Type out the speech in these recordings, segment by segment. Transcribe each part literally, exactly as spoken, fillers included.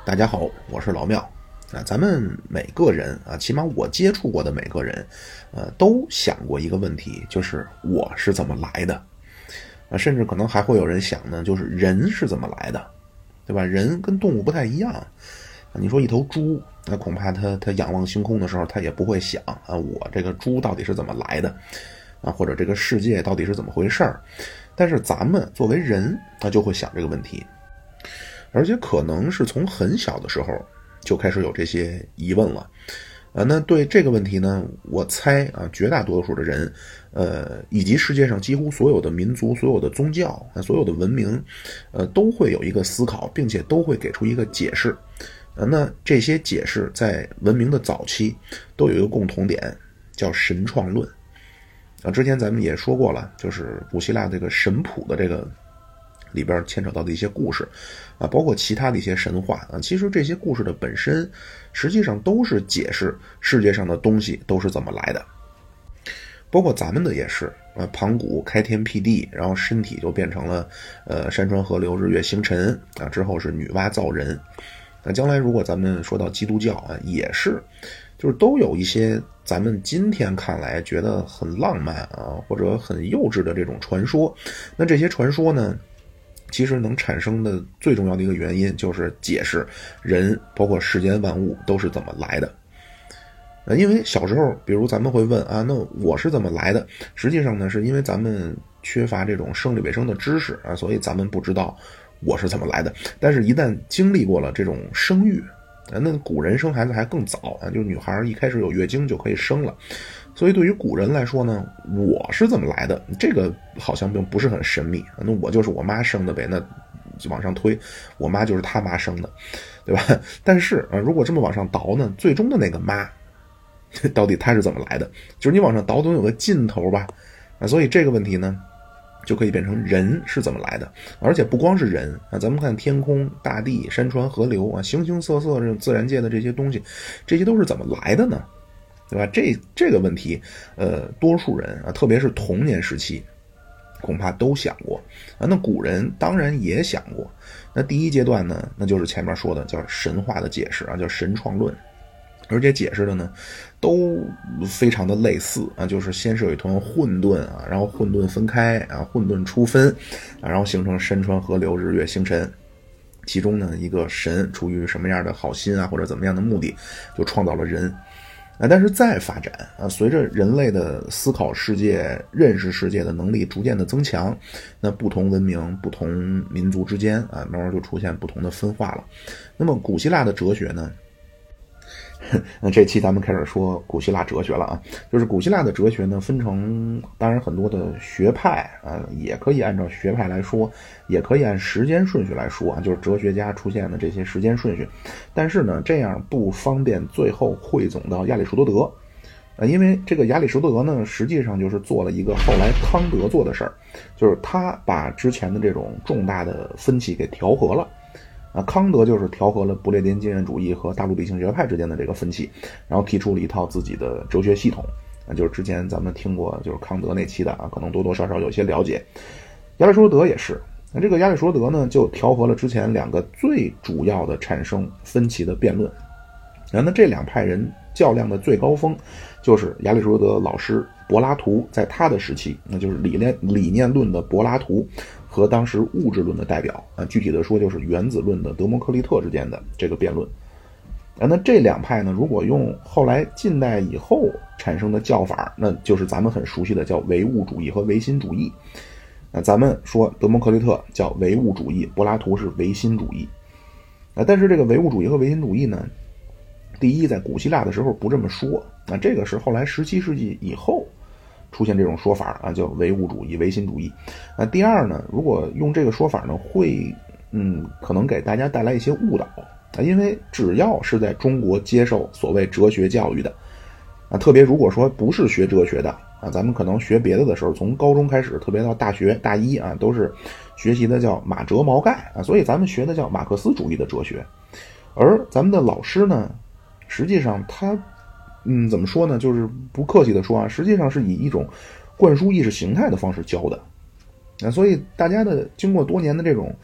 大家好，我是老庙啊。咱们每个人啊，起码我接触过的每个人，呃，都想过一个问题，就是我是怎么来的啊？甚至可能还会有人想呢，就是人是怎么来的，对吧？人跟动物不太一样啊。你说一头猪，那恐怕它它仰望星空的时候，它也不会想啊，我这个猪到底是怎么来的啊，或者这个世界到底是怎么回事儿？但是咱们作为人，他就会想这个问题。而且可能是从很小的时候就开始有这些疑问了，呃，那对这个问题呢，我猜啊，绝大多数的人，呃，以及世界上几乎所有的民族、所有的宗教、啊、所有的文明，呃，都会有一个思考，并且都会给出一个解释。呃，那这些解释在文明的早期都有一个共同点，叫神创论。啊，之前咱们也说过了，就是古希腊这个神谱的这个里边牵扯到的一些故事啊，包括其他的一些神话啊，其实这些故事的本身实际上都是解释世界上的东西都是怎么来的。包括咱们的也是啊，盘古开天辟地，然后身体就变成了呃山川河流日月星辰啊，之后是女娲造人。那将来如果咱们说到基督教啊，也是就是都有一些咱们今天看来觉得很浪漫啊或者很幼稚的这种传说。那这些传说呢，其实能产生的最重要的一个原因就是解释人包括世间万物都是怎么来的。呃，因为小时候比如咱们会问啊，那我是怎么来的，实际上呢是因为咱们缺乏这种生理卫生的知识啊，所以咱们不知道我是怎么来的。但是一旦经历过了这种生育啊，那古人生孩子还更早啊，就女孩一开始有月经就可以生了。所以对于古人来说呢，我是怎么来的，这个好像并不是很神秘。那我就是我妈生的呗，那就往上推，我妈就是她妈生的，对吧？但是啊，如果这么往上倒呢，最终的那个妈，到底她是怎么来的？就是你往上倒总有个尽头吧？啊，所以这个问题呢，就可以变成人是怎么来的。而且不光是人啊，咱们看天空、大地、山川、河流啊，形形色色这种自然界的这些东西，这些都是怎么来的呢？对吧？这这个问题，呃，多数人啊，特别是童年时期，恐怕都想过啊。那古人当然也想过。那第一阶段呢，那就是前面说的叫神话的解释啊，叫神创论。而且解释的呢，都非常的类似啊，就是先是有一团混沌啊，然后混沌分开啊，混沌初分啊，然后形成山川河流、日月星辰。其中呢，一个神出于什么样的好心啊，或者怎么样的目的，就创造了人。啊，但是再发展啊，随着人类的思考世界、认识世界的能力逐渐的增强，那不同文明、不同民族之间啊，慢慢就出现不同的分化了。那么古希腊的哲学呢？那这期咱们开始说古希腊哲学了啊，就是古希腊的哲学呢，分成当然很多的学派啊，也可以按照学派来说，也可以按时间顺序来说啊，就是哲学家出现的这些时间顺序。但是呢，这样不方便最后汇总到亚里士多德啊，因为这个亚里士多德呢，实际上就是做了一个后来康德做的事儿，就是他把之前的这种重大的分歧给调和了。啊，康德就是调和了不列颠经验主义和大陆理性学派之间的这个分歧，然后提出了一套自己的哲学系统。啊，就是之前咱们听过就是康德那期的啊，可能多多少少有些了解。亚里士多德也是，那这个亚里士多德呢，就调和了之前两个最主要的产生分歧的辩论。然后呢，这两派人较量的最高峰，就是亚里士多德老师柏拉图在他的时期，那就是理念理念论的柏拉图和当时物质论的代表啊，具体的说就是原子论的德谟克利特之间的这个辩论。啊，那这两派呢，如果用后来近代以后产生的叫法，那就是咱们很熟悉的叫唯物主义和唯心主义。啊，咱们说德谟克利特叫唯物主义，柏拉图是唯心主义。啊，但是这个唯物主义和唯心主义呢，第一在古希腊的时候不这么说，啊，这个是后来十七世纪以后出现这种说法啊，叫唯物主义、唯心主义。那第二呢，如果用这个说法呢，会嗯可能给大家带来一些误导啊，因为只要是在中国接受所谓哲学教育的啊，特别如果说不是学哲学的啊，咱们可能学别的的时候，从高中开始，特别到大学大一啊，都是学习的叫马哲毛概啊，所以咱们学的叫马克思主义的哲学。而咱们的老师呢，实际上他嗯，怎么说呢？就是不客气的说啊，实际上是以一种灌输意识形态的方式教的。啊，所以大家的经过多年的这种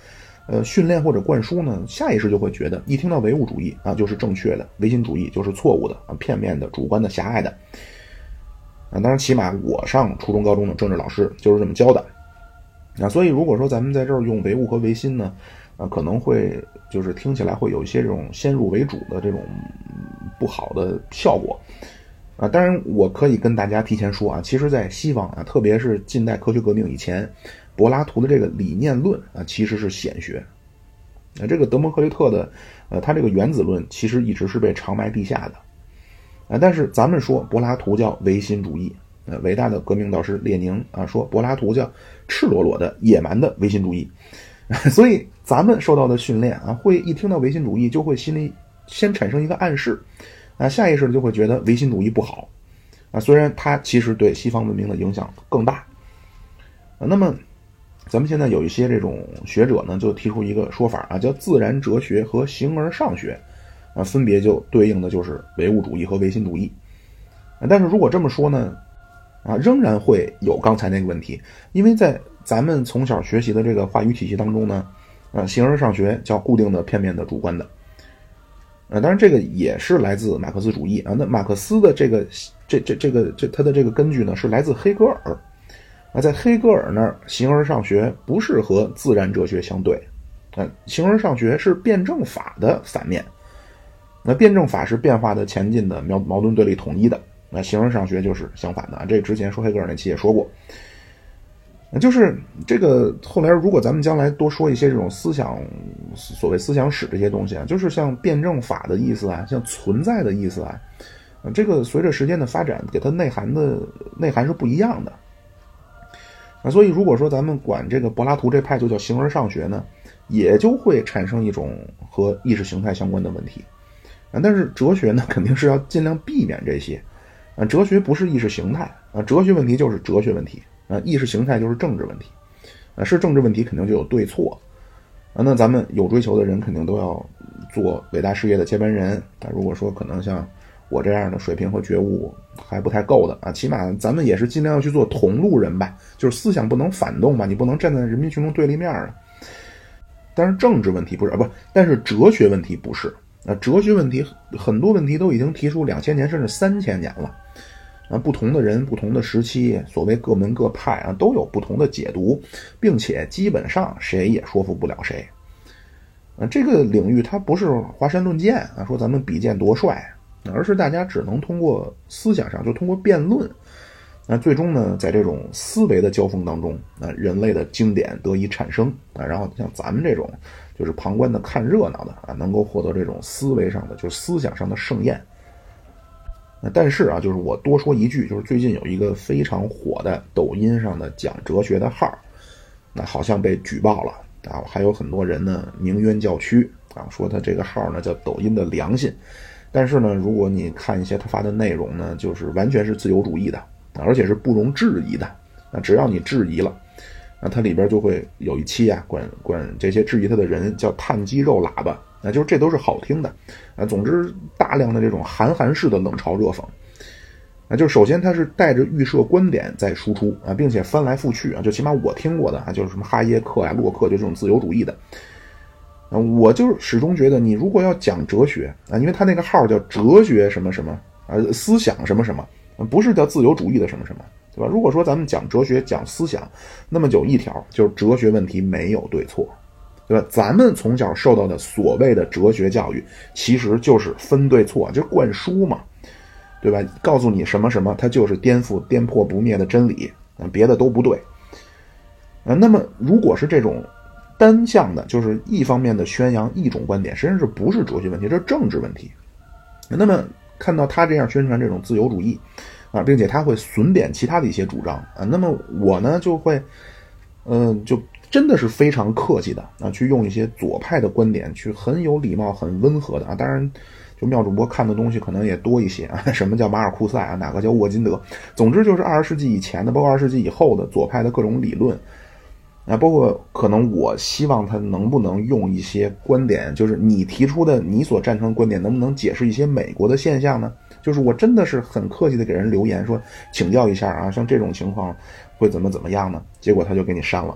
呃训练或者灌输呢，下意识就会觉得一听到唯物主义啊就是正确的，唯心主义就是错误的啊，片面的、主观的、狭隘的。啊，当然起码我上初中高中的政治老师就是这么教的。啊，所以如果说咱们在这儿用唯物和唯心呢，啊，可能会就是听起来会有一些这种先入为主的这种不好的效果。啊，当然我可以跟大家提前说啊，其实在西方啊，特别是近代科学革命以前，柏拉图的这个理念论啊，其实是显学。啊，这个德谟克利特的呃，他这个原子论其实一直是被长埋地下的。啊，但是咱们说柏拉图叫唯心主义，呃，伟大的革命导师列宁啊说柏拉图叫赤裸裸的野蛮的唯心主义。所以咱们受到的训练啊，会一听到唯心主义就会心里先产生一个暗示，啊，下意识的就会觉得唯心主义不好，啊，虽然它其实对西方文明的影响更大。啊，那么咱们现在有一些这种学者呢，就提出一个说法啊，叫自然哲学和形而上学，啊，分别就对应的就是唯物主义和唯心主义。啊，但是如果这么说呢，啊，仍然会有刚才那个问题，因为在咱们从小学习的这个话语体系当中呢，啊，形而上学叫固定的、片面的、主观的。啊，当然这个也是来自马克思主义啊。那马克思的这个这这这个这他的这个根据呢，是来自黑格尔。啊，在黑格尔那儿，形而上学不是和自然哲学相对，啊，形而上学是辩证法的反面。那辩证法是变化的、前进的、矛矛盾对立统一的，那形而上学就是相反的。这个之前说黑格尔那期也说过。就是这个后来如果咱们将来多说一些这种思想，所谓思想史这些东西啊，就是像辩证法的意思啊，像存在的意思啊，这个随着时间的发展给它内涵的内涵是不一样的。啊，所以如果说咱们管这个柏拉图这派就叫形而上学呢，也就会产生一种和意识形态相关的问题。啊，但是哲学呢肯定是要尽量避免这些。啊，哲学不是意识形态啊，哲学问题就是哲学问题。啊，意识形态就是政治问题，啊，是政治问题肯定就有对错，啊，那咱们有追求的人肯定都要做伟大事业的接班人。啊，如果说可能像我这样的水平和觉悟还不太够的啊，起码咱们也是尽量要去做同路人吧，就是思想不能反动吧，你不能站在人民群众对立面啊。但是政治问题不是啊，不，但是哲学问题不是啊，哲学问题很多问题都已经提出两千年甚至三千年了。啊，不同的人、不同的时期，所谓各门各派啊，都有不同的解读，并且基本上谁也说服不了谁。啊，这个领域它不是华山论剑啊，说咱们比剑夺帅，而是大家只能通过思想上，就通过辩论，那最终呢，在这种思维的交锋当中，啊，人类的经典得以产生啊，然后像咱们这种就是旁观的、看热闹的啊，能够获得这种思维上的，就是思想上的盛宴。但是啊，就是我多说一句，就是最近有一个非常火的抖音上的讲哲学的号，那好像被举报了啊，还有很多人呢鸣冤叫屈啊，说他这个号呢叫抖音的良心。但是呢，如果你看一些他发的内容呢，就是完全是自由主义的，而且是不容置疑的。那只要你质疑了，那它里边就会有一期啊，管管这些质疑他的人叫碳鸡肉喇叭。啊，就是这都是好听的，啊，总之大量的这种韩寒式的冷嘲热讽，啊，就是首先它是带着预设观点在输出啊，并且翻来覆去啊，就起码我听过的啊，就是什么哈耶克啊、洛克，就这种自由主义的，啊，我就始终觉得你如果要讲哲学啊，因为他那个号叫哲学什么什么啊，思想什么什么，不是叫自由主义的什么什么，对吧？如果说咱们讲哲学、讲思想，那么就一条，就是哲学问题没有对错。对吧？咱们从小受到的所谓的哲学教育，其实就是分对错，就是灌输嘛，对吧？告诉你什么什么，它就是颠覆、颠破不灭的真理，别的都不对。啊，那么如果是这种单向的，就是一方面的宣扬一种观点，实际上是不是哲学问题，这是政治问题。那么看到他这样宣传这种自由主义啊，并且他会损贬其他的一些主张啊，那么我呢就会，嗯、呃，就。真的是非常客气的啊，去用一些左派的观点，去很有礼貌、很温和的啊。当然，就妙主播看的东西可能也多一些啊。什么叫马尔库塞啊？哪个叫沃金德？总之就是二十世纪以前的，包括二十世纪以后的左派的各种理论啊，包括可能我希望他能不能用一些观点，就是你提出的你所赞成的观点，能不能解释一些美国的现象呢？就是我真的是很客气的给人留言说，请教一下啊，像这种情况会怎么怎么样呢？结果他就给你删了。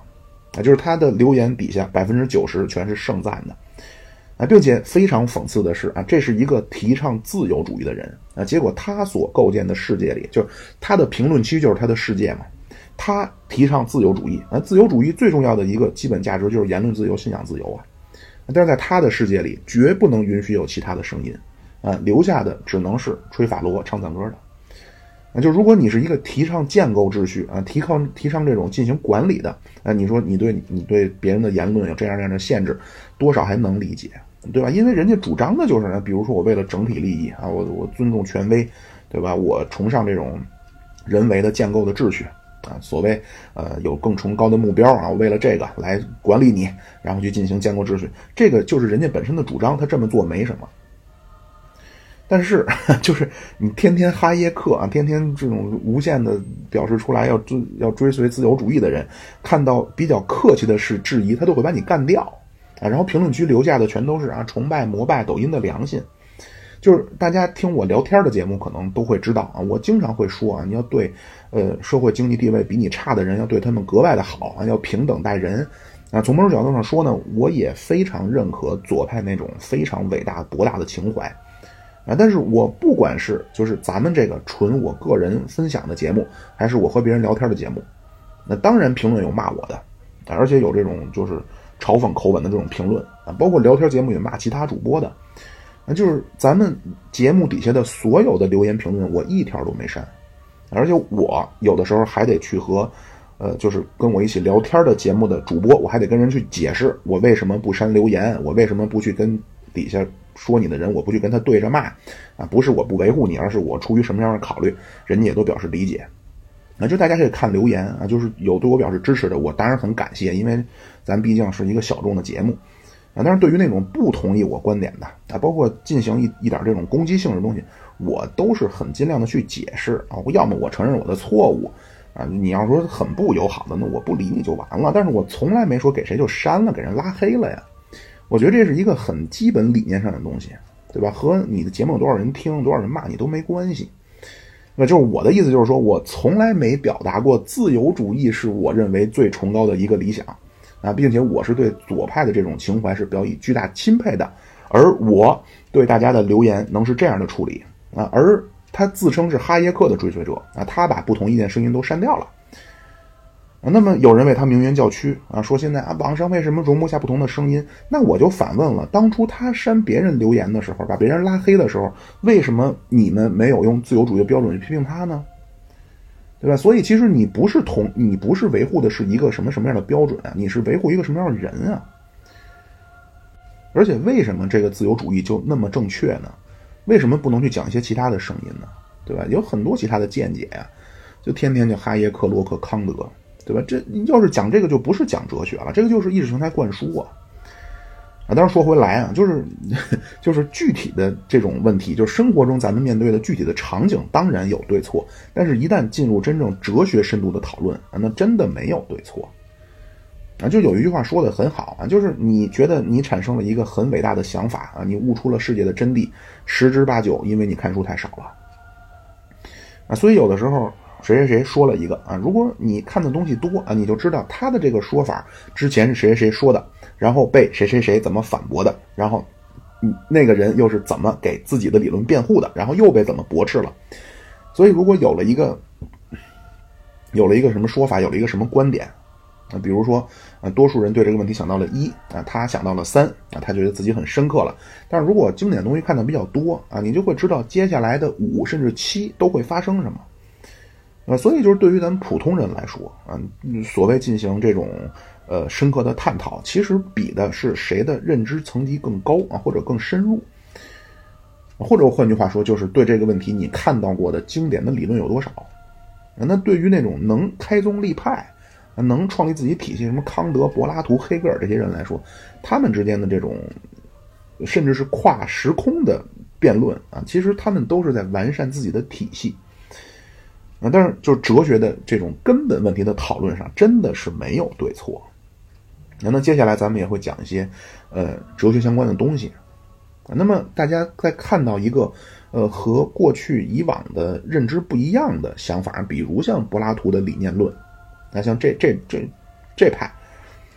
啊，就是他的留言底下百分之九十全是盛赞的。啊，并且非常讽刺的是啊，这是一个提倡自由主义的人啊，结果他所构建的世界里，就是他的评论区就是他的世界嘛。他提倡自由主义啊，自由主义最重要的一个基本价值就是言论自由、信仰自由啊。但是在他的世界里，绝不能允许有其他的声音啊，留下的只能是吹法螺、唱赞歌的。啊，就如果你是一个提倡建构秩序啊，提倡提倡这种进行管理的啊，你说你对你对别人的言论有这样这样的限制，多少还能理解。对吧？因为人家主张的就是呢，比如说我为了整体利益啊，我我尊重权威，对吧？我崇尚这种人为的建构的秩序啊，所谓呃有更崇高的目标啊，我为了这个来管理你，然后去进行建构秩序，这个就是人家本身的主张，他这么做没什么。但是就是你天天哈耶克啊，天天这种无限的表示出来要追要追随自由主义的人，看到比较客气的是质疑，他都会把你干掉。啊，然后评论区留下的全都是啊崇拜膜拜抖音的良心，就是大家听我聊天的节目可能都会知道啊，我经常会说啊，你要对呃社会经济地位比你差的人要对他们格外的好啊，要平等待人啊。从某种角度上说呢，我也非常认可左派那种非常伟大博大的情怀啊，但是我不管是就是咱们这个纯我个人分享的节目，还是我和别人聊天的节目，那当然评论有骂我的，而且有这种就是嘲讽口吻的这种评论啊，包括聊天节目也骂其他主播的，啊，就是咱们节目底下的所有的留言评论，我一条都没删，而且我有的时候还得去和，呃，就是跟我一起聊天的节目的主播，我还得跟人去解释我为什么不删留言，我为什么不去跟底下说你的人，我不去跟他对着骂，啊，不是我不维护你，而是我出于什么样的考虑，人家也都表示理解。那就大家可以看留言啊，就是有对我表示支持的，我当然很感谢，因为咱毕竟是一个小众的节目啊。但是对于那种不同意我观点的啊，包括进行一一点这种攻击性的东西，我都是很尽量的去解释啊。要么我承认我的错误啊，你要说很不友好的，那我不理你就完了。但是我从来没说给谁就删了，给人拉黑了呀。我觉得这是一个很基本理念上的东西，对吧？和你的节目有多少人听，多少人骂你都没关系。那就是我的意思，就是说我从来没表达过自由主义是我认为最崇高的一个理想啊，并且我是对左派的这种情怀是表以巨大钦佩的，而我对大家的留言能是这样的处理啊，而他自称是哈耶克的追随者啊，他把不同意见声音都删掉了。那么有人为他鸣冤叫屈啊，说现在啊网上为什么容不下不同的声音？那我就反问了，当初他删别人留言的时候，把别人拉黑的时候，为什么你们没有用自由主义的标准去批评他呢？对吧？所以其实你不是同你不是维护的是一个什么什么样的标准啊，你是维护一个什么样的人啊？而且为什么这个自由主义就那么正确呢？为什么不能去讲一些其他的声音呢？对吧？有很多其他的见解呀、啊，就天天就哈耶克、洛克、康德。对吧？这要是讲这个就不是讲哲学了，这个就是意识形态灌输啊！啊，当然说回来啊，就是就是具体的这种问题，就是生活中咱们面对的具体的场景，当然有对错，但是一旦进入真正哲学深度的讨论啊，那真的没有对错啊！就有一句话说的很好啊，就是你觉得你产生了一个很伟大的想法啊，你悟出了世界的真谛，十之八九因为你看书太少了啊，所以有的时候。谁谁谁说了一个啊，如果你看的东西多啊，你就知道他的这个说法之前是谁谁谁说的，然后被谁谁谁怎么反驳的，然后那个人又是怎么给自己的理论辩护的，然后又被怎么驳斥了。所以如果有了一个有了一个什么说法，有了一个什么观点啊，比如说啊，多数人对这个问题想到了一啊，他想到了三啊，他觉得自己很深刻了。但是如果经典的东西看的比较多啊，你就会知道接下来的五甚至七都会发生什么。呃，所以就是对于咱们普通人来说啊，所谓进行这种呃深刻的探讨，其实比的是谁的认知层级更高啊，或者更深入，或者换句话说，就是对这个问题你看到过的经典的理论有多少。那对于那种能开宗立派、能创立自己体系，什么康德、柏拉图、黑格尔这些人来说，他们之间的这种甚至是跨时空的辩论啊，其实他们都是在完善自己的体系。啊，但是就是哲学的这种根本问题的讨论上，真的是没有对错。那接下来咱们也会讲一些呃哲学相关的东西。那么大家在看到一个呃和过去以往的认知不一样的想法，比如像柏拉图的理念论，那像这这这这派，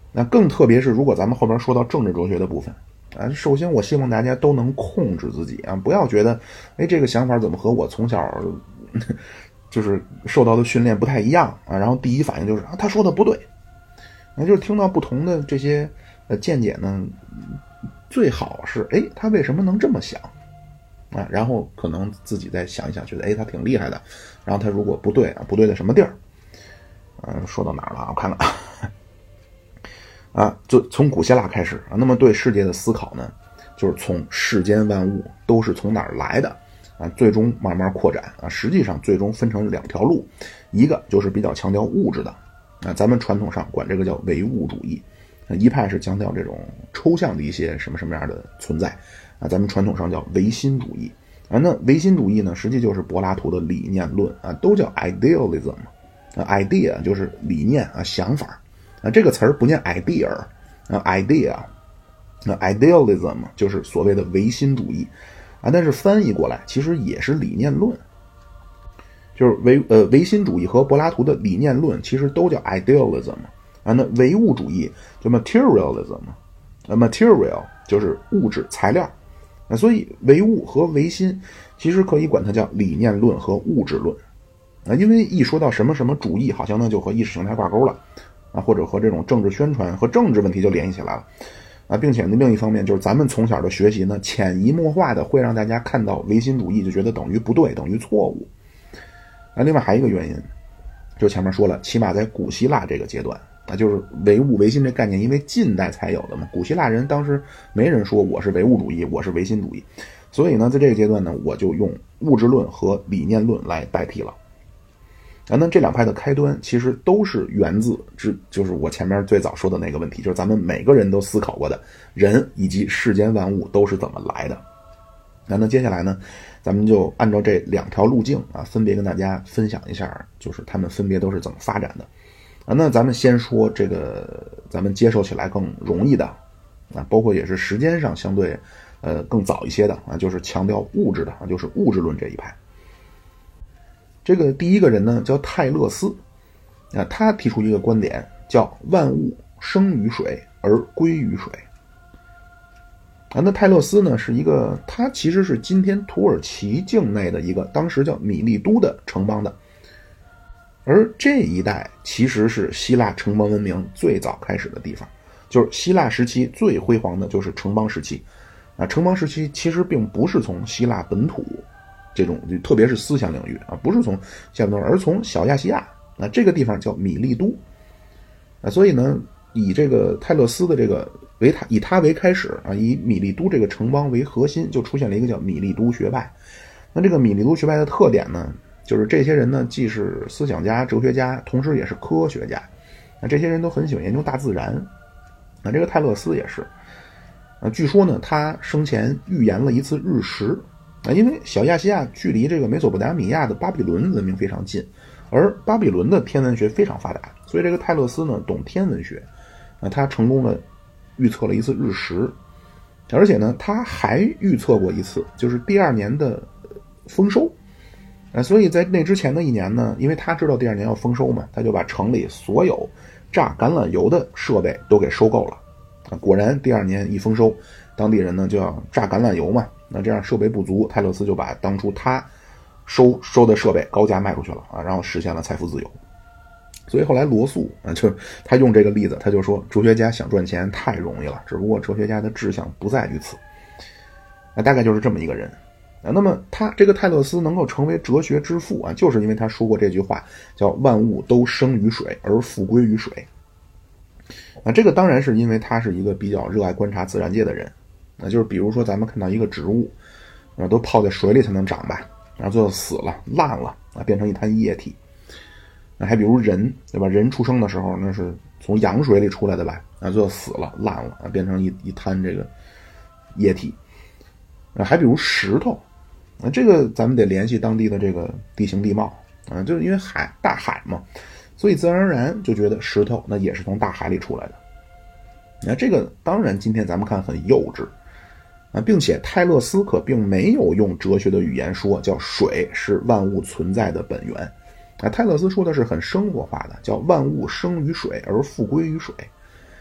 那更特别是如果咱们后边说到政治哲学的部分啊，首先我希望大家都能控制自己啊，不要觉得哎这个想法怎么和我从小就是受到的训练不太一样啊，然后第一反应就是啊他说的不对，那就是听到不同的这些呃见解呢，最好是哎他为什么能这么想啊，然后可能自己再想一想，觉得哎他挺厉害的，然后他如果不对啊，不对在什么地儿？嗯，说到哪儿了？我看看啊，就从古希腊开始啊，那么对世界的思考呢，就是从世间万物都是从哪儿来的啊，最终慢慢扩展啊，实际上最终分成两条路，一个就是比较强调物质的啊，咱们传统上管这个叫唯物主义，一派是强调这种抽象的一些什么什么样的存在啊，咱们传统上叫唯心主义啊，那唯心主义呢，实际就是柏拉图的理念论啊，都叫 idealism 啊 ，idea 就是理念啊，想法。啊，这个词儿不念 idea 啊 idea 那 idealism 就是所谓的唯心主义啊，但是翻译过来其实也是理念论，就是唯呃唯心主义和柏拉图的理念论其实都叫 idealism 啊，那唯物主义就 materialism 啊 material 就是物质材料啊，所以唯物和唯心其实可以管它叫理念论和物质论啊，因为一说到什么什么主义，好像呢就和意识形态挂钩了。啊，或者和这种政治宣传和政治问题就联系起来了啊，并且呢，另一方面就是咱们从小的学习呢，潜移默化的会让大家看到唯心主义就觉得等于不对，等于错误。啊，另外还有一个原因，就前面说了，起码在古希腊这个阶段啊，就是唯物唯心这概念，因为近代才有的嘛，古希腊人当时没人说我是唯物主义，我是唯心主义，所以呢，在这个阶段呢，我就用物质论和理念论来代替了。啊，那这两派的开端其实都是源自之，就是我前面最早说的那个问题，就是咱们每个人都思考过的人以及世间万物都是怎么来的。那那接下来呢，咱们就按照这两条路径啊，分别跟大家分享一下，就是他们分别都是怎么发展的。啊，那咱们先说这个咱们接受起来更容易的啊，包括也是时间上相对呃更早一些的啊，就是强调物质的啊，就是物质论这一派。这个第一个人呢叫泰勒斯啊，他提出一个观点叫万物生于水而归于水啊。那泰勒斯呢是一个，他其实是今天土耳其境内的一个当时叫米利都的城邦的，而这一带其实是希腊城邦文明最早开始的地方，就是希腊时期最辉煌的就是城邦时期啊。城邦时期其实并不是从希腊本土这种特别是思想领域啊，不是从希腊本土，而从小亚细亚啊，这个地方叫米利都啊，所以呢，以这个泰勒斯的这个为他以他为开始啊，以米利都这个城邦为核心，就出现了一个叫米利都学派。那这个米利都学派的特点呢，就是这些人呢既是思想家、哲学家，同时也是科学家。那这些人都很喜欢研究大自然。那这个泰勒斯也是。啊，据说呢，他生前预言了一次日食。啊，因为小亚细亚距离这个美索不达米亚的巴比伦文明非常近，而巴比伦的天文学非常发达，所以这个泰勒斯呢懂天文学，啊，他成功的预测了一次日食，而且呢他还预测过一次，就是第二年的丰收，啊，所以在那之前的一年呢，因为他知道第二年要丰收嘛，他就把城里所有榨橄榄油的设备都给收购了，啊，果然第二年一丰收，当地人呢就要榨橄榄油嘛。那这样设备不足，泰勒斯就把当初他收收的设备高价卖出去了啊，然后实现了财富自由。所以后来罗素啊，就他用这个例子，他就说哲学家想赚钱太容易了，只不过哲学家的志向不在于此。啊，大概就是这么一个人啊。那么他这个泰勒斯能够成为哲学之父啊，就是因为他说过这句话，叫万物都生于水而复归于水。啊，这个当然是因为他是一个比较热爱观察自然界的人。那就是比如说咱们看到一个植物啊，都泡在水里才能长吧，然后最后死了烂了啊，变成一滩液体。那还比如人，对吧？人出生的时候那是从羊水里出来的吧，啊，最后死了烂了啊，变成一一滩这个液体。啊，还比如石头啊，这个咱们得联系当地的这个地形地貌啊，就是因为海大海嘛，所以自然而然就觉得石头那也是从大海里出来的。那这个当然今天咱们看很幼稚啊，并且泰勒斯可并没有用哲学的语言说叫水是万物存在的本源啊，泰勒斯说的是很生活化的，叫万物生于水而复归于水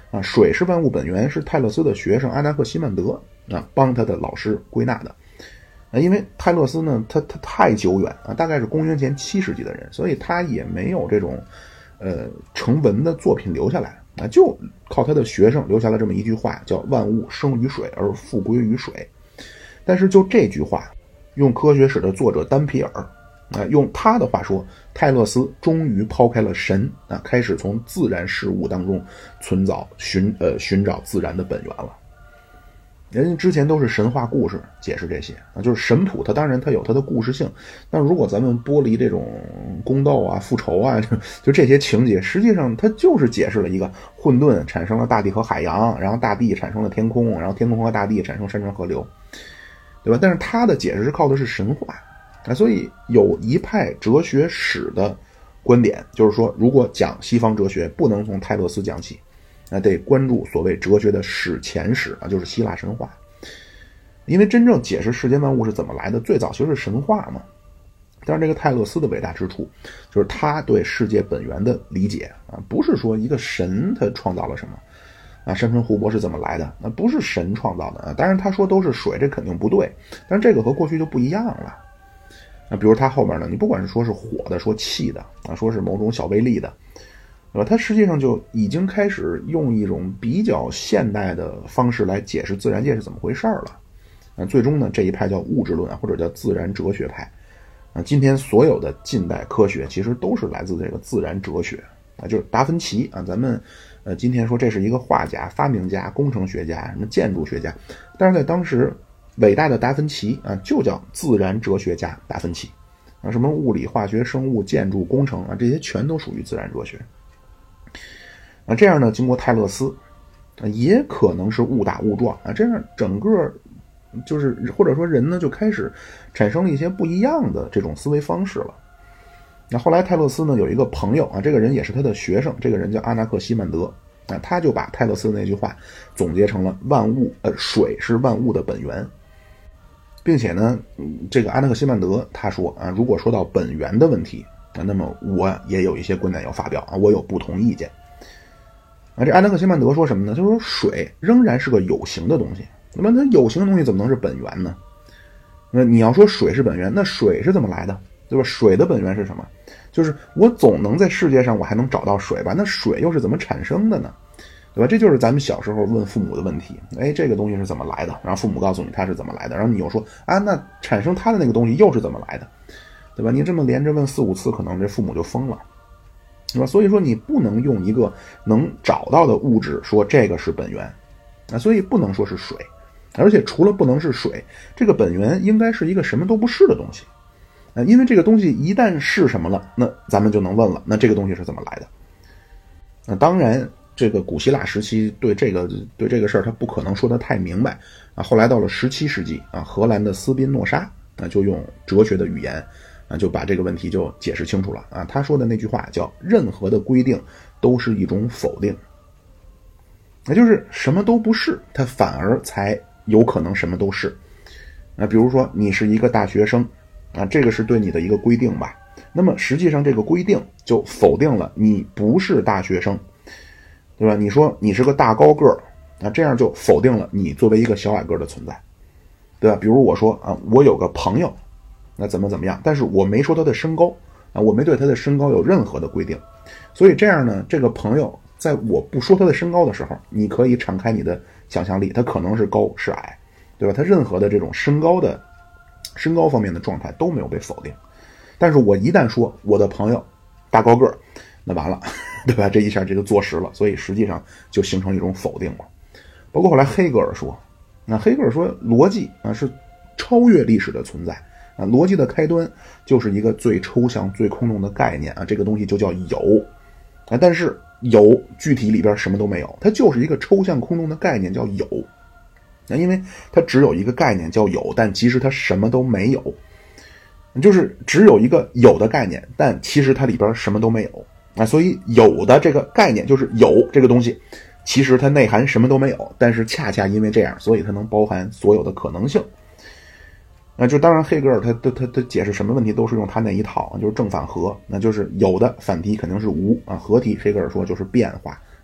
啊，水是万物本源是泰勒斯的学生阿纳克西曼德啊帮他的老师归纳的。啊，因为泰勒斯呢，他他太久远啊，大概是公元前七世纪的人，所以他也没有这种呃成文的作品留下来啊，就靠他的学生留下了这么一句话，叫万物生于水而复归于水。但是就这句话，用科学史的作者丹皮尔啊，用他的话说，泰勒斯终于抛开了神啊，开始从自然事物当中寻找寻呃寻找自然的本源了。人家之前都是神话故事解释这些啊，就是神谱，它当然它有它的故事性，但如果咱们剥离这种宫斗啊、复仇啊，就就这些情节，实际上它就是解释了一个混沌产生了大地和海洋，然后大地产生了天空，然后天空和大地产生山川河流，对吧？但是它的解释是靠的是神话啊，所以有一派哲学史的观点就是说，如果讲西方哲学，不能从泰勒斯讲起。那得关注所谓哲学的史前史啊，就是希腊神话，因为真正解释世间万物是怎么来的，最早其实是神话嘛。但是这个泰勒斯的伟大之处，就是他对世界本源的理解啊，不是说一个神他创造了什么啊，山川湖泊是怎么来的，那不是神创造的啊。当然他说都是水，这肯定不对，但是这个和过去就不一样了啊。比如他后面呢，你不管是说是火的，说气的啊，说是某种小微粒的。对吧？它实际上就已经开始用一种比较现代的方式来解释自然界是怎么回事了。啊，最终呢，这一派叫物质论啊，或者叫自然哲学派。啊，今天所有的近代科学其实都是来自这个自然哲学啊，就是达芬奇啊。咱们呃今天说这是一个画家、发明家、工程学家、什么建筑学家，但是在当时，伟大的达芬奇啊，就叫自然哲学家达芬奇啊，什么物理、化学、生物、建筑、工程啊，这些全都属于自然哲学。啊，这样呢，经过泰勒斯，啊，也可能是误打误撞啊，这样整个就是或者说人呢就开始产生了一些不一样的这种思维方式了。那后来泰勒斯呢有一个朋友啊，这个人也是他的学生，这个人叫阿纳克西曼德啊，他就把泰勒斯的那句话总结成了万物呃水是万物的本源，并且呢，这个阿纳克西曼德他说啊，如果说到本源的问题，那么我也有一些观点要发表啊，我有不同意见。啊，这阿纳克西曼德说什么呢？他说水仍然是个有形的东西，那么它有形的东西怎么能是本源呢？那你要说水是本源，那水是怎么来的？对吧？水的本源是什么？就是我总能在世界上我还能找到水吧？那水又是怎么产生的呢？对吧？这就是咱们小时候问父母的问题。哎，这个东西是怎么来的？然后父母告诉你它是怎么来的，然后你又说啊，那产生它的那个东西又是怎么来的？对吧？你这么连着问四五次，可能这父母就疯了。对吧？所以说你不能用一个能找到的物质说这个是本源啊，所以不能说是水，而且除了不能是水，这个本源应该是一个什么都不是的东西啊，因为这个东西一旦是什么了，那咱们就能问了，那这个东西是怎么来的？那当然，这个古希腊时期对这个对这个事儿他不可能说得太明白啊。后来到了十七世纪啊，荷兰的斯宾诺莎啊就用哲学的语言。啊，就把这个问题就解释清楚了啊！他说的那句话叫“任何的规定都是一种否定”，那就是什么都不是，它反而才有可能什么都是。啊，比如说你是一个大学生啊，这个是对你的一个规定吧？那么实际上这个规定就否定了你不是大学生，对吧？你说你是个大高个儿啊，这样就否定了你作为一个小矮个儿的存在，对吧？比如我说啊，我有个朋友。那怎么怎么样？但是我没说他的身高啊，我没对他的身高有任何的规定，所以这样呢，这个朋友在我不说他的身高的时候，你可以敞开你的想象力，他可能是高是矮，对吧？他任何的这种身高的身高方面的状态都没有被否定。但是我一旦说我的朋友大高个儿，那完了，对吧？这一下这就坐实了，所以实际上就形成一种否定了。包括后来黑格尔说，那黑格尔说逻辑啊是超越历史的存在。啊，逻辑的开端就是一个最抽象、最空洞的概念啊，这个东西就叫有啊。但是有具体里边什么都没有，它就是一个抽象空洞的概念，叫有。那因为它只有一个概念叫有，但其实它什么都没有，就是只有一个有的概念，但其实它里边什么都没有啊。所以有的这个概念就是有这个东西，其实它内涵什么都没有，但是恰恰因为这样，所以它能包含所有的可能性。那就当然黑格尔他他他他解释什么问题都是用他那一套，就是正反合，那就是有的反题肯定是无啊，合题黑格尔说就是变化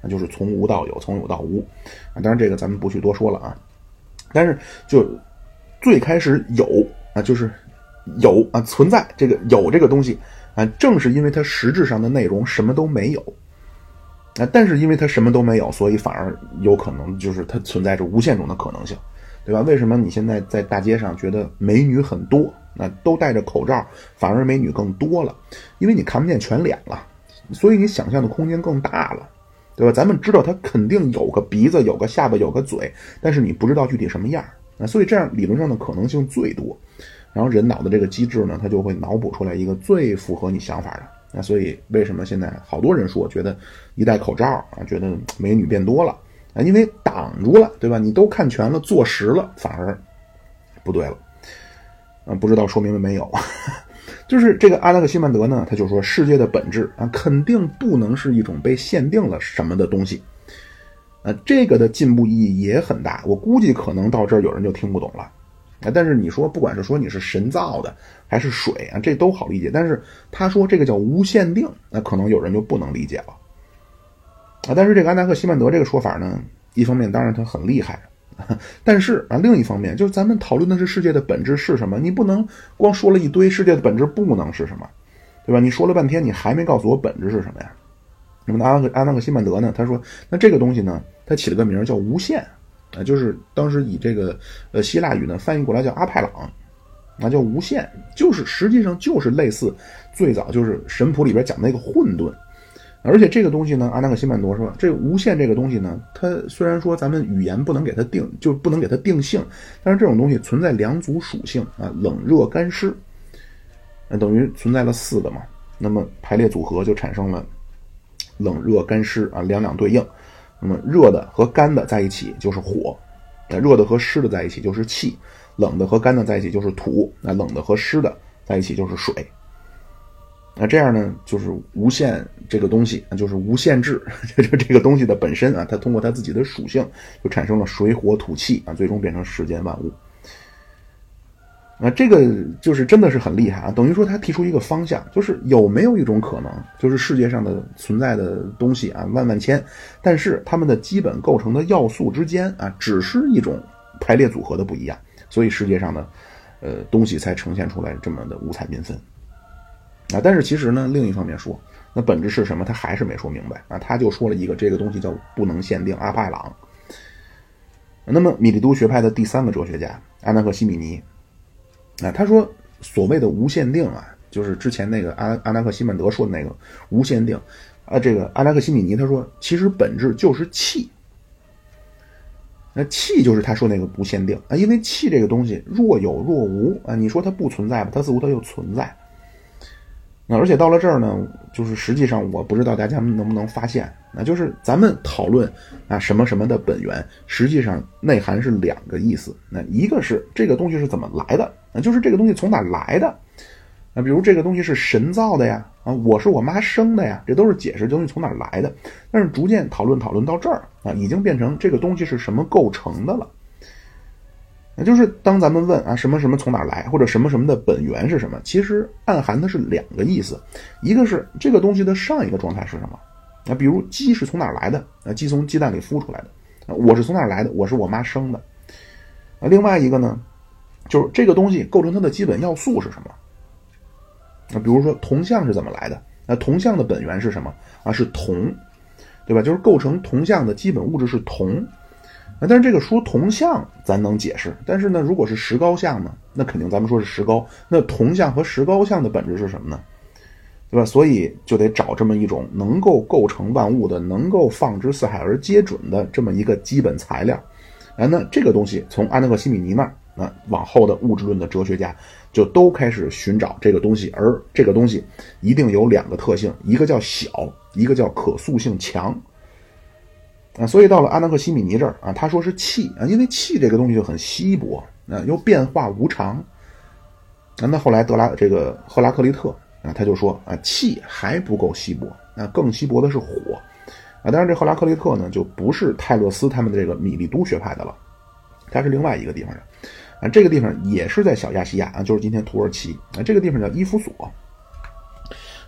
那就是从无到有，从有到无啊。当然这个咱们不去多说了啊。但是就最开始有啊，就是有啊存在这个有这个东西啊，正是因为它实质上的内容什么都没有啊，但是因为它什么都没有，所以反而有可能就是它存在着无限种的可能性，对吧？为什么你现在在大街上觉得美女很多，那都戴着口罩，反而美女更多了？因为你看不见全脸了，所以你想象的空间更大了，对吧？咱们知道它肯定有个鼻子，有个下巴，有个嘴，但是你不知道具体什么样啊，所以这样理论上的可能性最多。然后人脑的这个机制呢，它就会脑补出来一个最符合你想法的。那所以为什么现在好多人说觉得一戴口罩啊，觉得美女变多了啊，因为挡住了，对吧？你都看全了，坐实了，反而不对了啊，不知道说明白没有？就是这个阿纳克西曼德呢，他就说世界的本质啊，肯定不能是一种被限定了什么的东西。呃，这个的进步意义也很大，我估计可能到这儿有人就听不懂了。啊，但是你说不管是说你是神造的还是水啊，这都好理解。但是他说这个叫无限定，那可能有人就不能理解了。啊，但是这个安纳克西曼德这个说法呢，一方面当然他很厉害，但是啊，另一方面就是咱们讨论的是世界的本质是什么，你不能光说了一堆世界的本质不能是什么，对吧？你说了半天，你还没告诉我本质是什么呀？那么阿纳克阿纳克西曼德呢，他说那这个东西呢，他起了个名叫无限。啊，就是当时以这个呃希腊语呢翻译过来叫阿派朗，啊叫无限，就是实际上就是类似最早就是神谱里边讲的那个混沌，而且这个东西呢，阿纳克西曼德说这个无限这个东西呢，它虽然说咱们语言不能给它定，就不能给它定性，但是这种东西存在两组属性啊，冷热干湿，那等于存在了四个嘛，那么排列组合就产生了冷热干湿啊两两对应。那么热的和干的在一起就是火，那热的和湿的在一起就是气，冷的和干的在一起就是土，那冷的和湿的在一起就是水。那这样呢，就是无限这个东西，就是无限制，就是这个东西的本身啊，它通过它自己的属性就产生了水火土气啊，最终变成世间万物。那这个就是真的是很厉害啊，等于说他提出一个方向，就是有没有一种可能，就是世界上的存在的东西啊万万千，但是它们的基本构成的要素之间啊只是一种排列组合的不一样，所以世界上的呃东西才呈现出来这么的五彩缤纷啊。但是其实呢，另一方面说，那本质是什么他还是没说明白啊，他就说了一个这个东西叫不能限定阿派朗。那么米利都学派的第三个哲学家阿纳克西米尼啊，他说所谓的无限定啊，就是之前那个阿阿纳克西曼德说的那个无限定啊，这个阿纳克西米尼他说其实本质就是气，那气就是他说那个无限定啊，因为气这个东西若有若无啊，你说它不存在吧，它似乎它又存在。那而且到了这儿呢，就是实际上我不知道大家能不能发现，那就是咱们讨论啊什么什么的本源，实际上内涵是两个意思。那一个是这个东西是怎么来的，那就是这个东西从哪来的。啊，比如这个东西是神造的呀，啊，我是我妈生的呀，这都是解释东西从哪来的。但是逐渐讨论讨论到这儿啊，已经变成这个东西是什么构成的了。那就是当咱们问啊什么什么从哪来，或者什么什么的本源是什么，其实暗含的是两个意思，一个是这个东西的上一个状态是什么，啊，比如鸡是从哪来的，啊，鸡从鸡蛋里孵出来的，啊，我是从哪来的，我是我妈生的。啊，另外一个呢，就是这个东西构成它的基本要素是什么。啊，比如说铜像是怎么来的？那铜像的本源是什么？啊，是铜，对吧？就是构成铜像的基本物质是铜。但是这个说铜像咱能解释，但是呢，如果是石膏像呢，那肯定咱们说是石膏。那铜像和石膏像的本质是什么呢？对吧？所以就得找这么一种能够构成万物的、能够放之四海而皆准的这么一个基本材料。啊，那这个东西从阿纳克西米尼那儿，那往后的物质论的哲学家就都开始寻找这个东西，而这个东西一定有两个特性，一个叫小，一个叫可塑性强。啊，所以到了阿纳克西米尼这儿啊，他说是气啊，因为气这个东西就很稀薄啊，又变化无常。啊，那后来德拉这个赫拉克利特啊，他就说啊，气还不够稀薄，啊，更稀薄的是火啊。当然，这赫拉克利特呢，就不是泰勒斯他们的这个米利都学派的了，他是另外一个地方的啊。这个地方也是在小亚细亚啊，就是今天土耳其啊，这个地方叫伊夫索。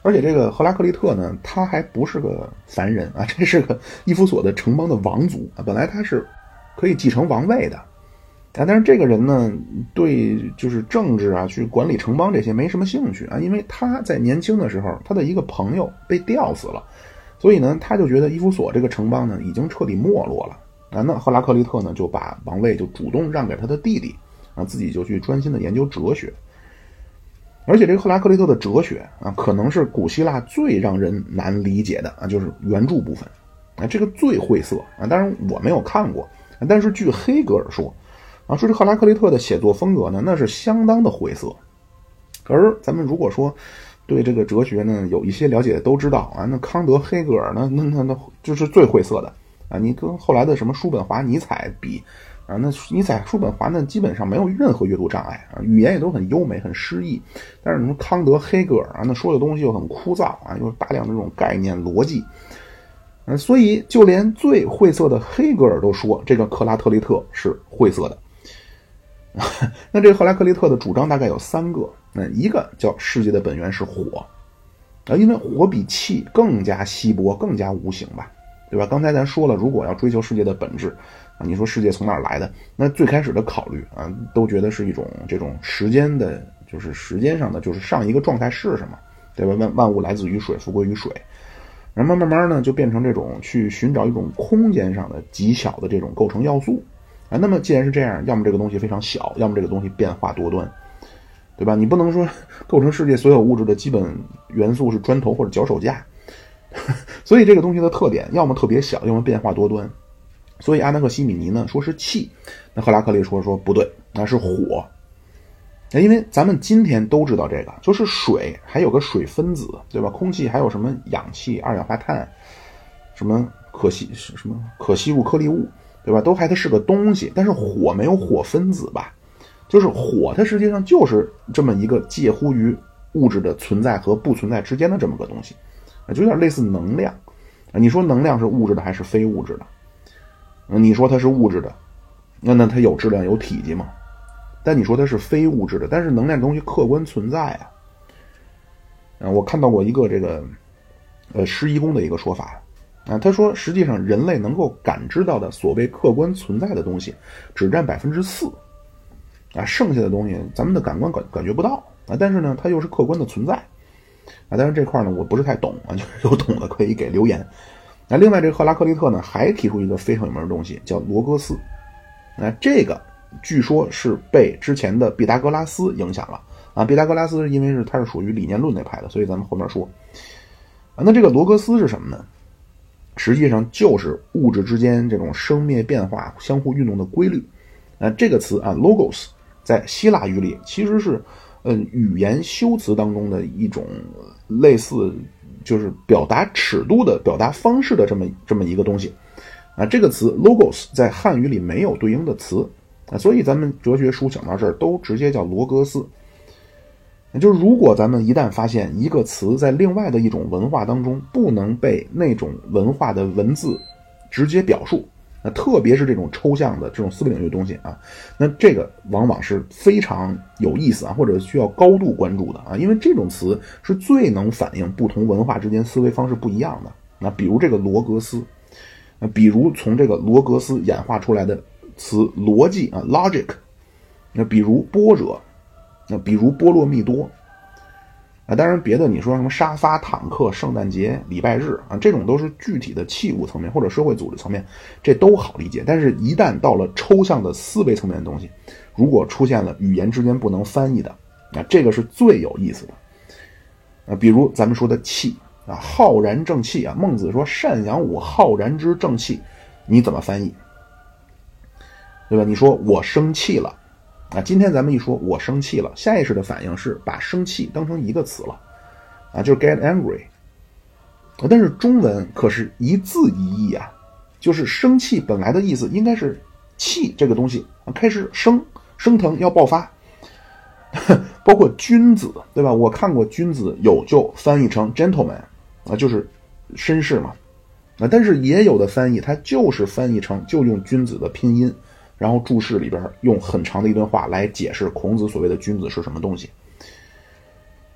而且这个赫拉克利特呢，他还不是个凡人啊，这是个伊弗所的城邦的王族啊，本来他是可以继承王位的啊，但是这个人呢，对就是政治啊，去管理城邦这些没什么兴趣啊，因为他在年轻的时候，他的一个朋友被吊死了，所以呢，他就觉得伊弗所这个城邦呢，已经彻底没落了啊。那赫拉克利特呢，就把王位就主动让给他的弟弟啊，自己就去专心的研究哲学。而且这个赫拉克利特的哲学啊，可能是古希腊最让人难理解的啊，就是原著部分啊，这个最晦涩啊。当然我没有看过，但是据黑格尔说啊，说这赫拉克利特的写作风格呢，那是相当的晦涩。而咱们如果说对这个哲学呢有一些了解的都知道啊，那康德、黑格尔呢，那那那就是最晦涩的啊。你跟后来的什么叔本华、尼采比啊，那尼采、叔本华呢，基本上没有任何阅读障碍啊，语言也都很优美、很诗意。但是你说康德、黑格尔啊，那说的东西又很枯燥啊，又大量的这种概念逻辑，嗯，所以就连最晦涩的黑格尔都说这个克拉特利特是晦涩的。那这个赫拉克利特的主张大概有三个，那一个叫世界的本源是火啊，因为火比气更加稀薄、更加无形吧，对吧？刚才咱说了，如果要追求世界的本质啊，你说世界从哪儿来的？那最开始的考虑啊，都觉得是一种这种时间的，就是时间上的，就是上一个状态是什么，对吧？万万物来自于水，复归于水。然后慢慢呢，就变成这种去寻找一种空间上的极小的这种构成要素啊。那么既然是这样，要么这个东西非常小，要么这个东西变化多端，对吧？你不能说构成世界所有物质的基本元素是砖头或者脚手架，所以这个东西的特点要么特别小，要么变化多端。所以阿纳克西米尼呢说是气，那赫拉克利说说不对，那是火。因为咱们今天都知道这个，就是水还有个水分子，对吧？空气还有什么氧气、二氧化碳，什么可吸什么可吸入颗粒物，对吧？都还它是个东西，但是火没有火分子吧？就是火，它实际上就是这么一个介乎于物质的存在和不存在之间的这么个东西，就有点类似能量。你说能量是物质的还是非物质的？你说它是物质的，那那它有质量有体积吗？但你说它是非物质的，但是能量的东西客观存在啊。啊，我看到过一个这个呃施一公的一个说法啊，他说实际上人类能够感知到的所谓客观存在的东西只占百分之四啊，剩下的东西咱们的感官感感觉不到啊，但是呢它又是客观的存在啊。但是这块呢我不是太懂啊，就是有懂的可以给留言。那另外这个赫拉克利特呢还提出一个非常有名的东西叫罗格斯，那这个据说是被之前的毕达哥拉斯影响了啊。毕达哥拉斯因为是他是属于理念论那派的，所以咱们后面说啊。那这个罗格斯是什么呢？实际上就是物质之间这种生灭变化相互运动的规律啊。这个词啊 logos 在希腊语里其实是嗯语言修辞当中的一种类似就是表达尺度的表达方式的这么这么一个东西啊。这个词 logos 在汉语里没有对应的词啊，所以咱们哲学书讲到这儿都直接叫罗格斯。就是如果咱们一旦发现一个词在另外的一种文化当中不能被那种文化的文字直接表述，那特别是这种抽象的这种思维领域的东西啊，那这个往往是非常有意思啊，或者需要高度关注的啊，因为这种词是最能反映不同文化之间思维方式不一样的。那比如这个罗格斯，那比如从这个罗格斯演化出来的词逻辑啊 logic， 那比如般若，那比如波罗蜜多啊，当然别的你说什么沙发、坦克、圣诞节、礼拜日啊，这种都是具体的器物层面或者社会组织层面，这都好理解。但是一旦到了抽象的思维层面的东西，如果出现了语言之间不能翻译的啊，这个是最有意思的啊。比如咱们说的气啊，浩然正气啊，孟子说赡养吾浩然之正气，你怎么翻译？对吧？你说我生气了啊，今天咱们一说我生气了，下意识的反应是把生气当成一个词了啊，就是 get angry。但是中文可是一字一义啊，就是生气本来的意思应该是气这个东西啊开始升升腾要爆发，包括君子对吧？我看过君子有就翻译成 gentleman 啊，就是绅士嘛啊，但是也有的翻译它就是翻译成就用君子的拼音。然后注释里边用很长的一段话来解释孔子所谓的君子是什么东西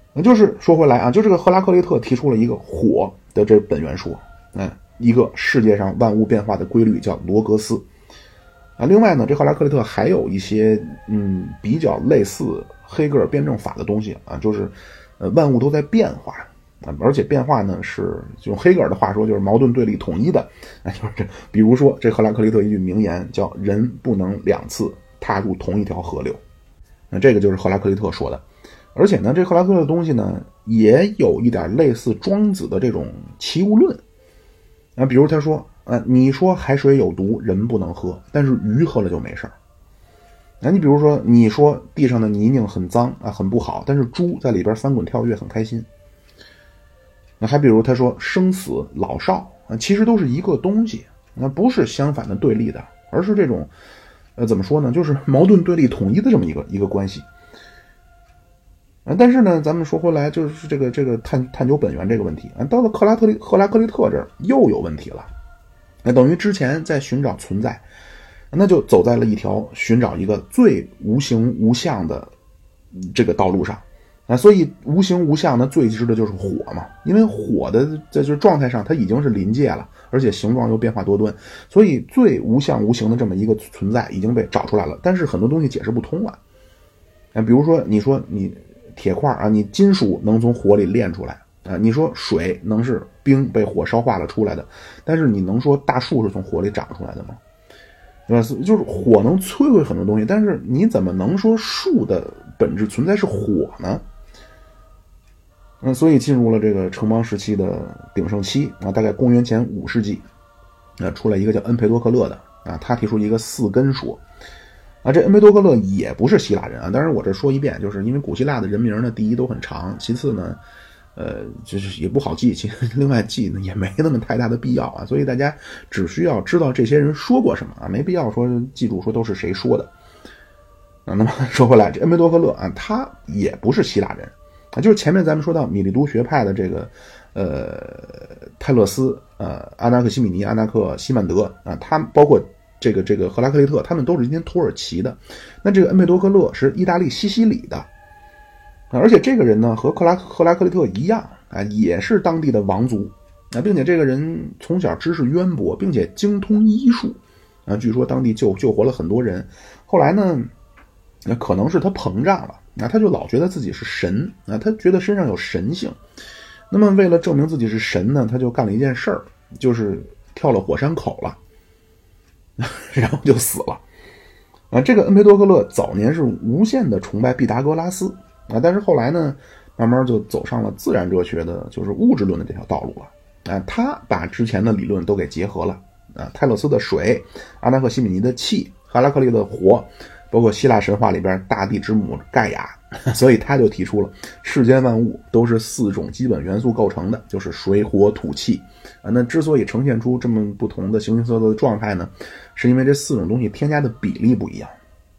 那就是说回来啊，就这个赫拉克利特提出了一个火的这本源说，嗯，一个世界上万物变化的规律叫罗格斯。啊，另外呢，这赫拉克利特还有一些嗯比较类似黑格尔辩证法的东西啊，就是呃万物都在变化啊，而且变化呢是用黑格尔的话说就是矛盾对立统一的啊，就是这比如说这赫拉克利特一句名言叫人不能两次踏入同一条河流，那这个就是赫拉克利特说的。而且呢，这赫拉克利特的东西呢也有一点类似庄子的这种齐物论啊，比如他说啊，你说海水有毒，人不能喝，但是鱼喝了就没事儿。那你比如说，你说地上的泥泞很脏啊，很不好，但是猪在里边翻滚跳跃很开心。那还比如他说生死老少啊，其实都是一个东西，那不是相反的对立的，而是这种呃怎么说呢，就是矛盾对立统一的这么一个一个关系。啊，但是呢，咱们说回来，就是这个这个探探究本源这个问题啊，到了克拉特利赫拉克利特这儿又有问题了。那等于之前在寻找存在，那就走在了一条寻找一个最无形无相的这个道路上啊。所以无形无相呢，最知的就是火嘛，因为火的在这状态上它已经是临界了，而且形状又变化多端，所以最无相无形的这么一个存在已经被找出来了。但是很多东西解释不通了啊，比如说你说你铁块啊，你金属能从火里炼出来啊，你说水能是冰被火烧化了出来的，但是你能说大树是从火里长出来的吗？对吧？就是火能摧毁很多东西，但是你怎么能说树的本质存在是火呢？嗯，所以进入了这个城邦时期的鼎盛期啊，大概公元前五世纪啊，出来一个叫恩培多克勒的啊，他提出一个四根说。啊，这恩培多克勒也不是希腊人啊，当然我这说一遍，就是因为古希腊的人名呢，第一都很长，其次呢，呃，就是也不好记，其实另外记呢也没那么太大的必要啊，所以大家只需要知道这些人说过什么啊，没必要说记住说都是谁说的。啊，那么说回来，这恩培多克勒啊，他也不是希腊人啊，就是前面咱们说到米利都学派的这个呃泰勒斯、呃阿纳克西米尼、阿纳克西曼德啊，他包括这个这个赫拉克利特，他们都是今天土耳其的。那这个恩培多克勒是意大利西西里的，啊，而且这个人呢和克拉赫拉克利特一样啊，也是当地的王族啊，并且这个人从小知识渊博，并且精通医术啊，据说当地救救活了很多人。后来呢，那可能是他膨胀了啊，他就老觉得自己是神啊，他觉得身上有神性。那么为了证明自己是神呢，他就干了一件事儿，就是跳了火山口了。然后就死了啊！这个恩培多克勒早年是无限的崇拜毕达哥拉斯啊，但是后来呢，慢慢就走上了自然哲学的，就是物质论的这条道路了啊。他把之前的理论都给结合了啊，泰勒斯的水，阿纳克西米尼的气，赫拉克利的火，包括希腊神话里边大地之母盖亚，所以他就提出了世间万物都是四种基本元素构成的，就是水火土气啊。那之所以呈现出这么不同的形形色色的状态呢，是因为这四种东西添加的比例不一样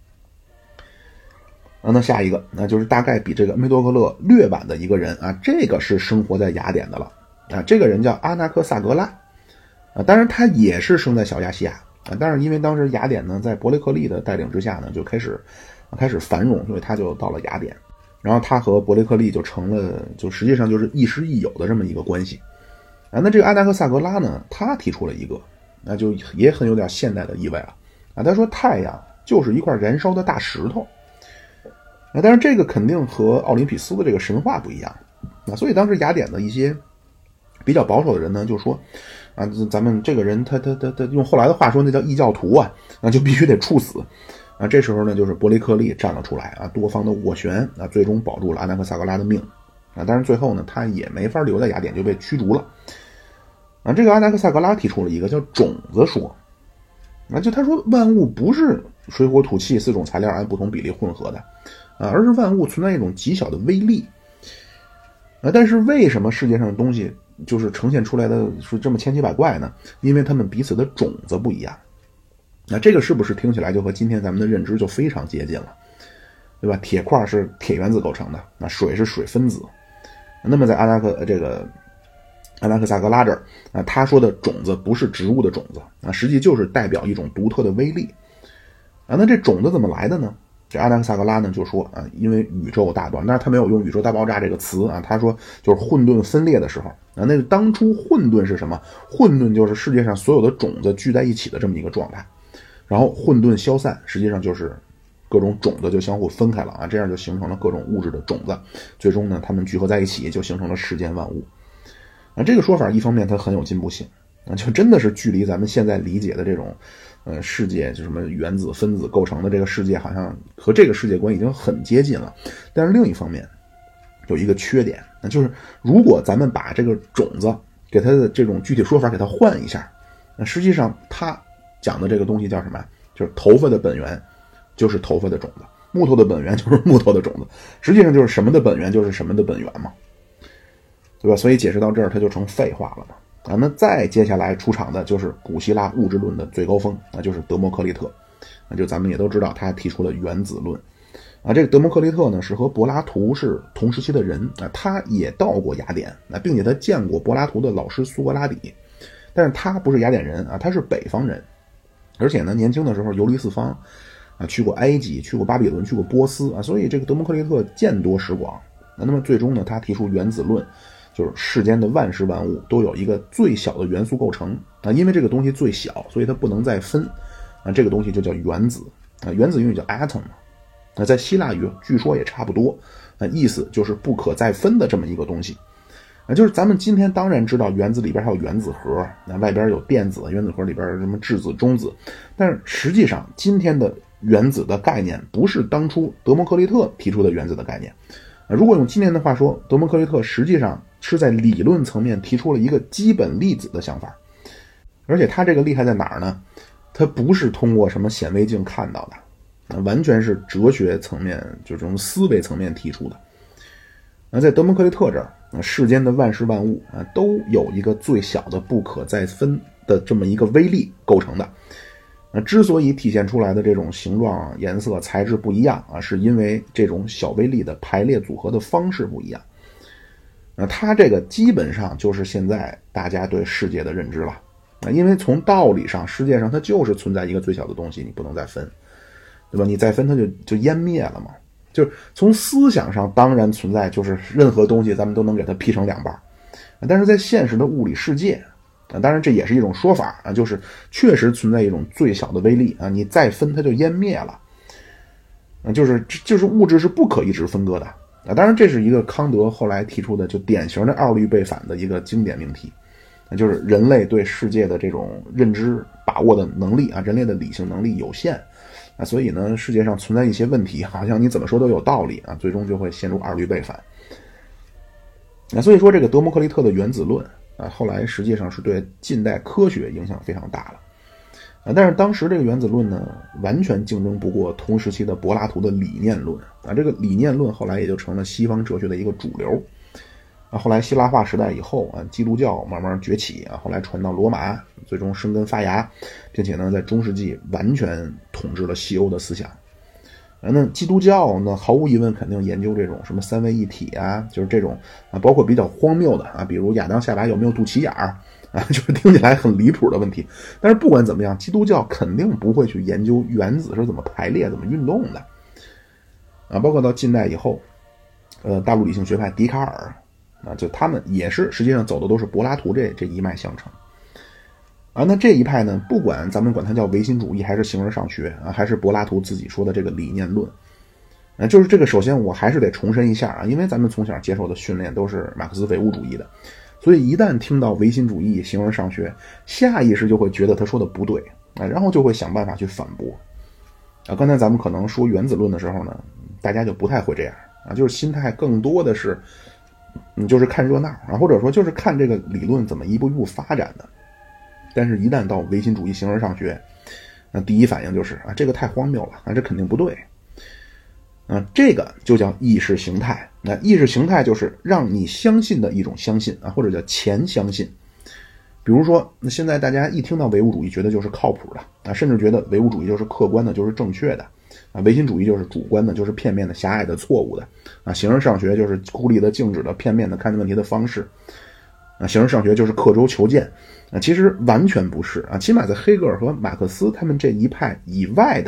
啊。那下一个那就是大概比这个恩培多克勒略晚的一个人啊，这个是生活在雅典的了啊，这个人叫阿纳克萨格拉啊，当然他也是生在小亚细亚啊，但是因为当时雅典呢在伯雷克利的带领之下呢就开始开始繁荣，所以他就到了雅典，然后他和伯雷克利就成了就实际上就是亦师亦友的这么一个关系啊。那这个阿纳克萨格拉呢，他提出了一个那就也很有点现代的意味了啊，他说太阳就是一块燃烧的大石头啊，但是这个肯定和奥林匹斯的这个神话不一样啊，所以当时雅典的一些比较保守的人呢就说啊，咱们这个人他他他他用后来的话说那叫异教徒啊，那就必须得处死啊。这时候呢就是伯雷克利站了出来啊，多方的斡旋啊，最终保住了阿纳克萨格拉的命啊，但是最后呢他也没法留在雅典，就被驱逐了啊。这个阿纳克萨格拉提出了一个叫种子说啊，就他说万物不是水火土气四种材料按不同比例混合的啊，而是万物存在一种极小的微粒啊。但是为什么世界上的东西就是呈现出来的是这么千奇百怪呢？因为他们彼此的种子不一样。那这个是不是听起来就和今天咱们的认知就非常接近了，对吧？铁块是铁原子构成的，那水是水分子。那么在阿纳克这个阿纳克萨格拉这儿啊，他说的种子不是植物的种子啊，实际就是代表一种独特的微粒啊。那这种子怎么来的呢？ 这阿纳克萨格拉呢就说啊，因为宇宙大爆炸，但是他没有用宇宙大爆炸这个词啊，他说就是混沌分裂的时候啊，那个当初混沌是什么？混沌就是世界上所有的种子聚在一起的这么一个状态，然后混沌消散，实际上就是各种种子就相互分开了啊，这样就形成了各种物质的种子，最终呢，它们聚合在一起，就形成了世间万物。啊，这个说法一方面它很有进步性啊，就真的是距离咱们现在理解的这种呃世界，就什么原子分子构成的这个世界，好像和这个世界观已经很接近了。但是另一方面有一个缺点，那就是如果咱们把这个种子给它的这种具体说法给它换一下，那实际上它讲的这个东西叫什么？就是头发的本源就是头发的种子，木头的本源就是木头的种子，实际上就是什么的本源就是什么的本源嘛，对吧？所以解释到这儿它就成废话了嘛。啊，那再接下来出场的就是古希腊物质论的最高峰，那就是德谟克利特。那就咱们也都知道他提出了原子论啊。这个德谟克利特呢是和柏拉图是同时期的人啊，他也到过雅典啊，并且他见过柏拉图的老师苏格拉底，但是他不是雅典人啊，他是北方人，而且呢年轻的时候游历四方啊，去过埃及，去过巴比伦，去过波斯啊，所以这个德谟克利特见多识广。那么最终呢，他提出原子论，就是世间的万事万物都有一个最小的元素构成啊，因为这个东西最小，所以它不能再分啊，这个东西就叫原子啊，原子英语叫 atom 那在希腊语据说也差不多啊，意思就是不可再分的这么一个东西啊，就是咱们今天当然知道原子里边还有原子核，那外边有电子，原子核里边有什么质子中子，但是实际上今天的原子的概念不是当初德谟克利特提出的原子的概念啊，如果用今天的话说，德谟克利特实际上是在理论层面提出了一个基本粒子的想法，而且他这个厉害在哪儿呢？他不是通过什么显微镜看到的，完全是哲学层面，就这种思维层面提出的。那在德谟克利特这儿，世间的万事万物啊，都有一个最小的不可再分的这么一个微粒构成的。那之所以体现出来的这种形状、颜色、材质不一样啊，是因为这种小微粒的排列组合的方式不一样。那它这个基本上就是现在大家对世界的认知了啊，因为从道理上，世界上它就是存在一个最小的东西，你不能再分，对吧？你再分它就就湮灭了嘛。就是从思想上当然存在，就是任何东西咱们都能给它劈成两半，但是在现实的物理世界啊，当然这也是一种说法啊，就是确实存在一种最小的微粒啊，你再分它就湮灭了啊，就是就是物质是不可一直分割的啊。当然这是一个康德后来提出的就典型的二律背反的一个经典命题，就是人类对世界的这种认知把握的能力啊，人类的理性能力有限啊，所以呢世界上存在一些问题，好像你怎么说都有道理啊，最终就会陷入二律背反。那所以说这个德谟克利特的原子论啊，后来实际上是对近代科学影响非常大了啊，但是当时这个原子论呢，完全竞争不过同时期的柏拉图的理念论啊，这个理念论后来也就成了西方哲学的一个主流啊。后来希腊化时代以后啊，基督教慢慢崛起啊，后来传到罗马，最终生根发芽，并且呢，在中世纪完全统治了西欧的思想。啊，那基督教呢，毫无疑问肯定研究这种什么三位一体啊，就是这种啊，包括比较荒谬的啊，比如亚当夏娃有没有肚脐眼儿啊，就是听起来很离谱的问题。但是不管怎么样，基督教肯定不会去研究原子是怎么排列、怎么运动的啊。包括到近代以后，呃，大陆理性学派笛卡尔啊，就他们也是实际上走的都是柏拉图这这一脉相承。啊，那这一派呢，不管咱们管它叫唯心主义还是形而上学啊，还是柏拉图自己说的这个理念论啊，就是这个首先我还是得重申一下啊，因为咱们从小接受的训练都是马克思唯物主义的，所以一旦听到唯心主义、形而上学，下意识就会觉得他说的不对啊，然后就会想办法去反驳啊。刚才咱们可能说原子论的时候呢，大家就不太会这样啊，就是心态更多的是你就是看热闹啊，或者说就是看这个理论怎么一步一步发展的。但是一旦到唯心主义形而上学，那第一反应就是啊，这个太荒谬了啊，这肯定不对啊，这个就叫意识形态。那意识形态就是让你相信的一种相信啊，或者叫前相信。比如说，那现在大家一听到唯物主义，觉得就是靠谱的啊，甚至觉得唯物主义就是客观的，就是正确的啊，唯心主义就是主观的，就是片面的、狭隘的、错误的啊，形而上学就是孤立的、静止的、片面的看问题的方式。啊，形而上学就是刻舟求剑啊，其实完全不是啊。起码在黑格尔和马克思他们这一派以外的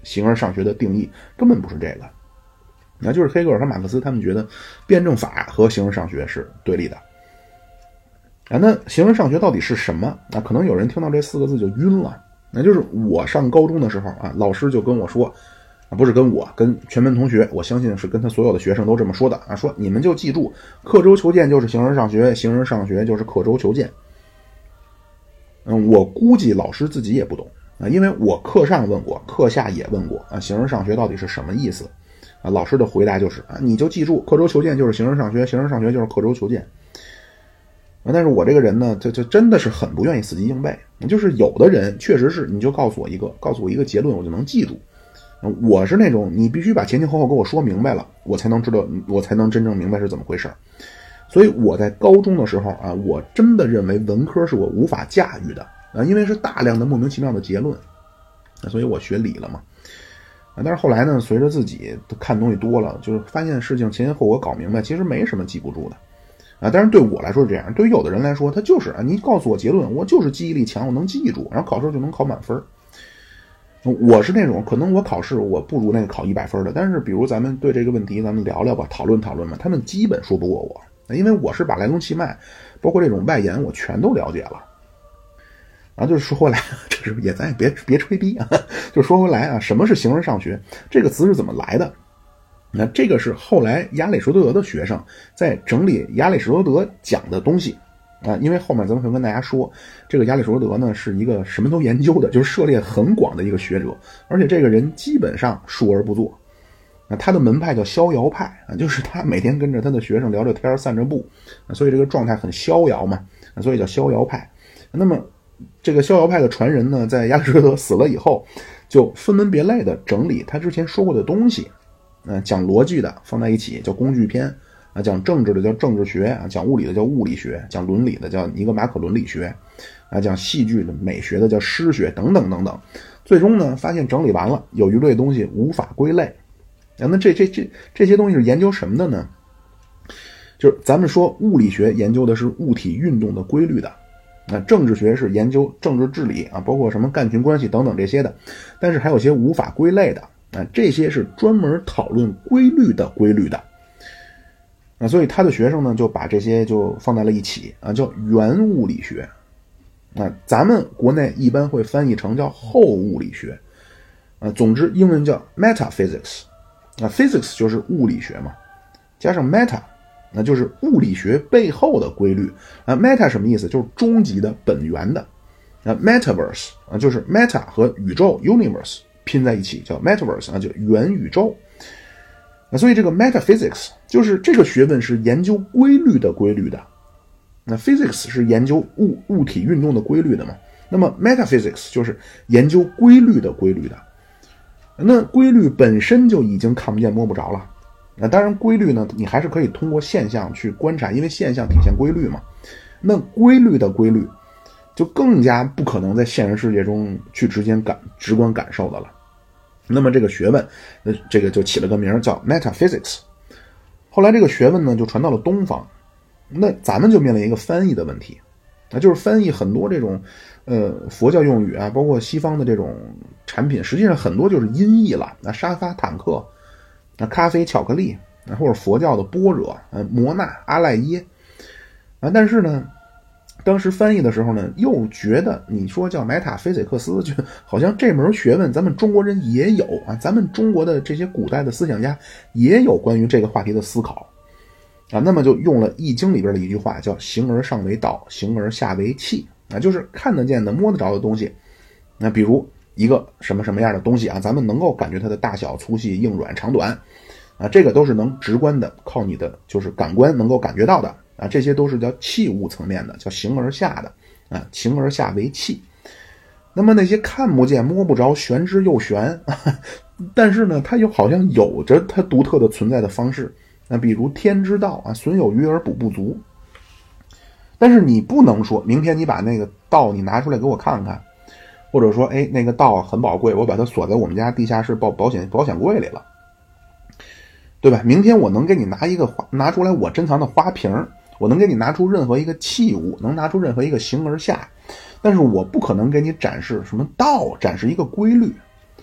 形而上学的定义根本不是这个。那就是黑格尔和马克思他们觉得辩证法和形而上学是对立的。啊，那形而上学到底是什么？啊，可能有人听到这四个字就晕了。那就是我上高中的时候啊，老师就跟我说，啊，不是跟我，跟全班同学，我相信是跟他所有的学生都这么说的啊，说你们就记住，刻舟求剑就是形而上学，形而上学就是刻舟求剑。嗯，我估计老师自己也不懂啊，因为我课上问过，课下也问过啊，形而上学到底是什么意思？啊，老师的回答就是啊，你就记住，刻舟求剑就是形而上学，形而上学就是刻舟求剑。啊，但是我这个人呢，就就真的是很不愿意死记硬背。就是有的人确实是，你就告诉我一个，告诉我一个结论，我就能记住。我是那种你必须把前前后后给我说明白了，我才能知道，我才能真正明白是怎么回事。所以我在高中的时候啊，我真的认为文科是我无法驾驭的啊，因为是大量的莫名其妙的结论，所以我学理了嘛。啊，但是后来呢，随着自己看东西多了，就是发现事情前前后后搞明白，其实没什么记不住的。啊，当然对我来说是这样，对于有的人来说，他就是啊，你告诉我结论，我就是记忆力强，我能记住，然后考试就能考满分。我是那种可能我考试我不如那个考一百分的，但是比如咱们对这个问题咱们聊聊吧，讨论讨论吧，他们基本说不过我，因为我是把来龙去脉，包括这种外延我全都了解了。然后就是说回来，这是也咱也别别吹逼啊，就说回来啊，什么是形而上学？这个词是怎么来的？那这个是后来亚里士多德的学生在整理亚里士多德讲的东西啊，因为后面咱们会跟大家说，这个亚里士多德呢是一个什么都研究的，就是涉猎很广的一个学者，而且这个人基本上述而不作。那他的门派叫逍遥派啊，就是他每天跟着他的学生聊着天散着步，所以这个状态很逍遥嘛，所以叫逍遥派。那么这个逍遥派的传人呢，在亚里士多德死了以后，就分门别类的整理他之前说过的东西。呃，讲逻辑的放在一起叫工具篇啊，讲政治的叫政治学啊，讲物理的叫物理学，讲伦理的叫尼格马可伦理学啊，讲戏剧的美学的叫诗学等等等等。最终呢，发现整理完了，有一类东西无法归类。啊，那这这这这些东西是研究什么的呢？就是咱们说物理学研究的是物体运动的规律的，啊，政治学是研究政治治理啊，包括什么干群关系等等这些的，但是还有些无法归类的。啊，这些是专门讨论规律的规律的，啊，所以他的学生呢就把这些就放在了一起啊，叫原物理学，啊，咱们国内一般会翻译成叫后物理学，啊，总之英文叫 metaphysics， 啊 ，physics 就是物理学嘛，加上 meta， 那就是物理学背后的规律啊 ，meta 什么意思？就是终极的本源的，啊 ，metaverse 啊，就是 meta 和宇宙 universe。拼在一起叫 metaverse 啊，就元宇宙。那所以这个 metaphysics 就是这个学问是研究规律的规律的。那 physics 是研究物物体运动的规律的嘛？那么 metaphysics 就是研究规律的规律的。那规律本身就已经看不见摸不着了。那当然规律呢，你还是可以通过现象去观察，因为现象体现规律嘛。那规律的规律就更加不可能在现实世界中去直接感直观感受的了。那么这个学问，呃，这个就起了个名叫 metaphysics。后来这个学问呢，就传到了东方，那咱们就面临一个翻译的问题，啊，就是翻译很多这种，呃，佛教用语啊，包括西方的这种产品，实际上很多就是音译了，那沙发、坦克，那咖啡、巧克力，或者佛教的般若、呃，摩纳、阿赖耶，啊，但是呢。当时翻译的时候呢，又觉得你说叫买塔菲西克斯，就好像这门学问咱们中国人也有啊，咱们中国的这些古代的思想家也有关于这个话题的思考啊，那么就用了《易经》里边的一句话，叫形而上为道，形而下为器啊，就是看得见的、摸得着的东西。那比如一个什么什么样的东西啊，咱们能够感觉它的大小、粗细、硬软、长短啊，这个都是能直观的靠你的就是感官能够感觉到的。啊，这些都是叫器物层面的，叫形而下的啊，形而下为器。那么那些看不见摸不着玄之又玄，但是呢它又好像有着它独特的存在的方式，那比如天之道啊，损有余而补不足。但是你不能说明天你把那个道你拿出来给我看看，或者说哎那个道很宝贵，我把它锁在我们家地下室保保险保险柜里了，对吧？明天我能给你拿一个拿出来我珍藏的花瓶，我能给你拿出任何一个器物，能拿出任何一个形而下，但是我不可能给你展示什么道，展示一个规律。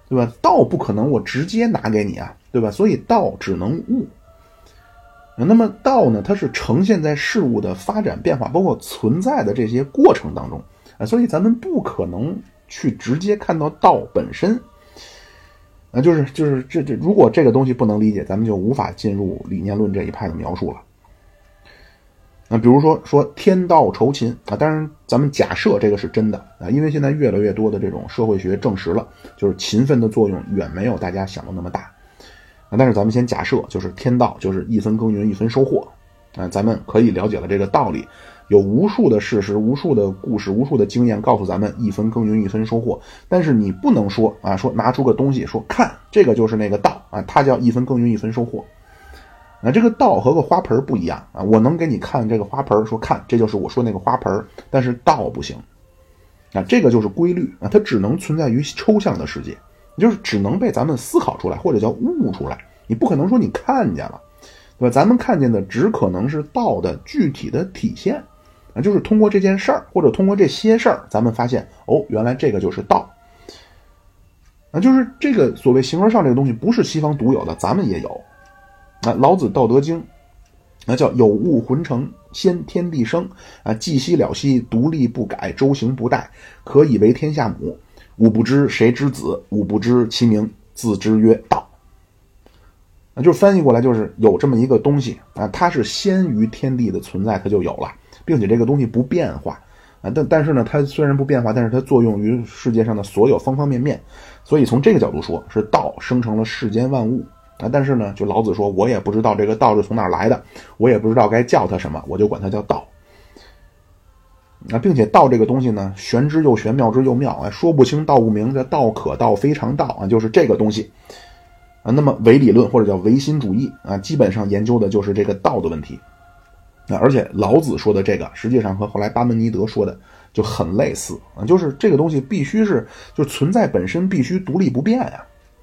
对吧？道不可能我直接拿给你啊，对吧？所以道只能悟。那么道呢，它是呈现在事物的发展变化包括存在的这些过程当中啊，所以咱们不可能去直接看到道本身啊，就是就是这这如果这个东西不能理解，咱们就无法进入理念论这一派的描述了。那比如说说天道酬勤啊，当然咱们假设这个是真的啊，因为现在越来越多的这种社会学证实了，就是勤奋的作用远没有大家想的那么大。啊，但是咱们先假设，就是天道就是一分耕耘一分收获，啊，咱们可以了解了这个道理，有无数的事实、无数的故事、无数的经验告诉咱们一分耕耘一分收获。但是你不能说啊，说拿出个东西说看这个就是那个道啊，它叫一分耕耘一分收获。啊，这个道和个花盆不一样啊，我能给你看这个花盆，说看这就是我说那个花盆，但是道不行。啊，这个就是规律啊，它只能存在于抽象的世界。就是只能被咱们思考出来，或者叫悟出来，你不可能说你看见了，对吧？咱们看见的只可能是道的具体的体现啊，就是通过这件事儿，或者通过这些事儿，咱们发现哦，原来这个就是道啊，就是这个所谓形而上这个东西不是西方独有的，咱们也有啊。老子《道德经》那叫有物浑成，先天地生啊，既息了息，独立不改，周行不殆，可以为天下母。吾不知谁之子，吾不知其名，自之曰道。啊，就是翻译过来就是有这么一个东西啊，它是先于天地的存在，它就有了，并且这个东西不变化啊，但但是呢，它虽然不变化，但是它作用于世界上的所有方方面面，所以从这个角度说，是道生成了世间万物啊。但是呢，就老子说，我也不知道这个道是从哪儿来的，我也不知道该叫它什么，我就管它叫道。啊，并且道这个东西呢，玄之又玄，妙之又妙，哎，说不清道不明，这道可道非常道啊，就是这个东西啊。那么唯理论或者叫唯心主义啊，基本上研究的就是这个道的问题啊。而且老子说的这个，实际上和后来巴门尼德说的就很类似啊，就是这个东西必须是，就是存在本身必须独立不变呀。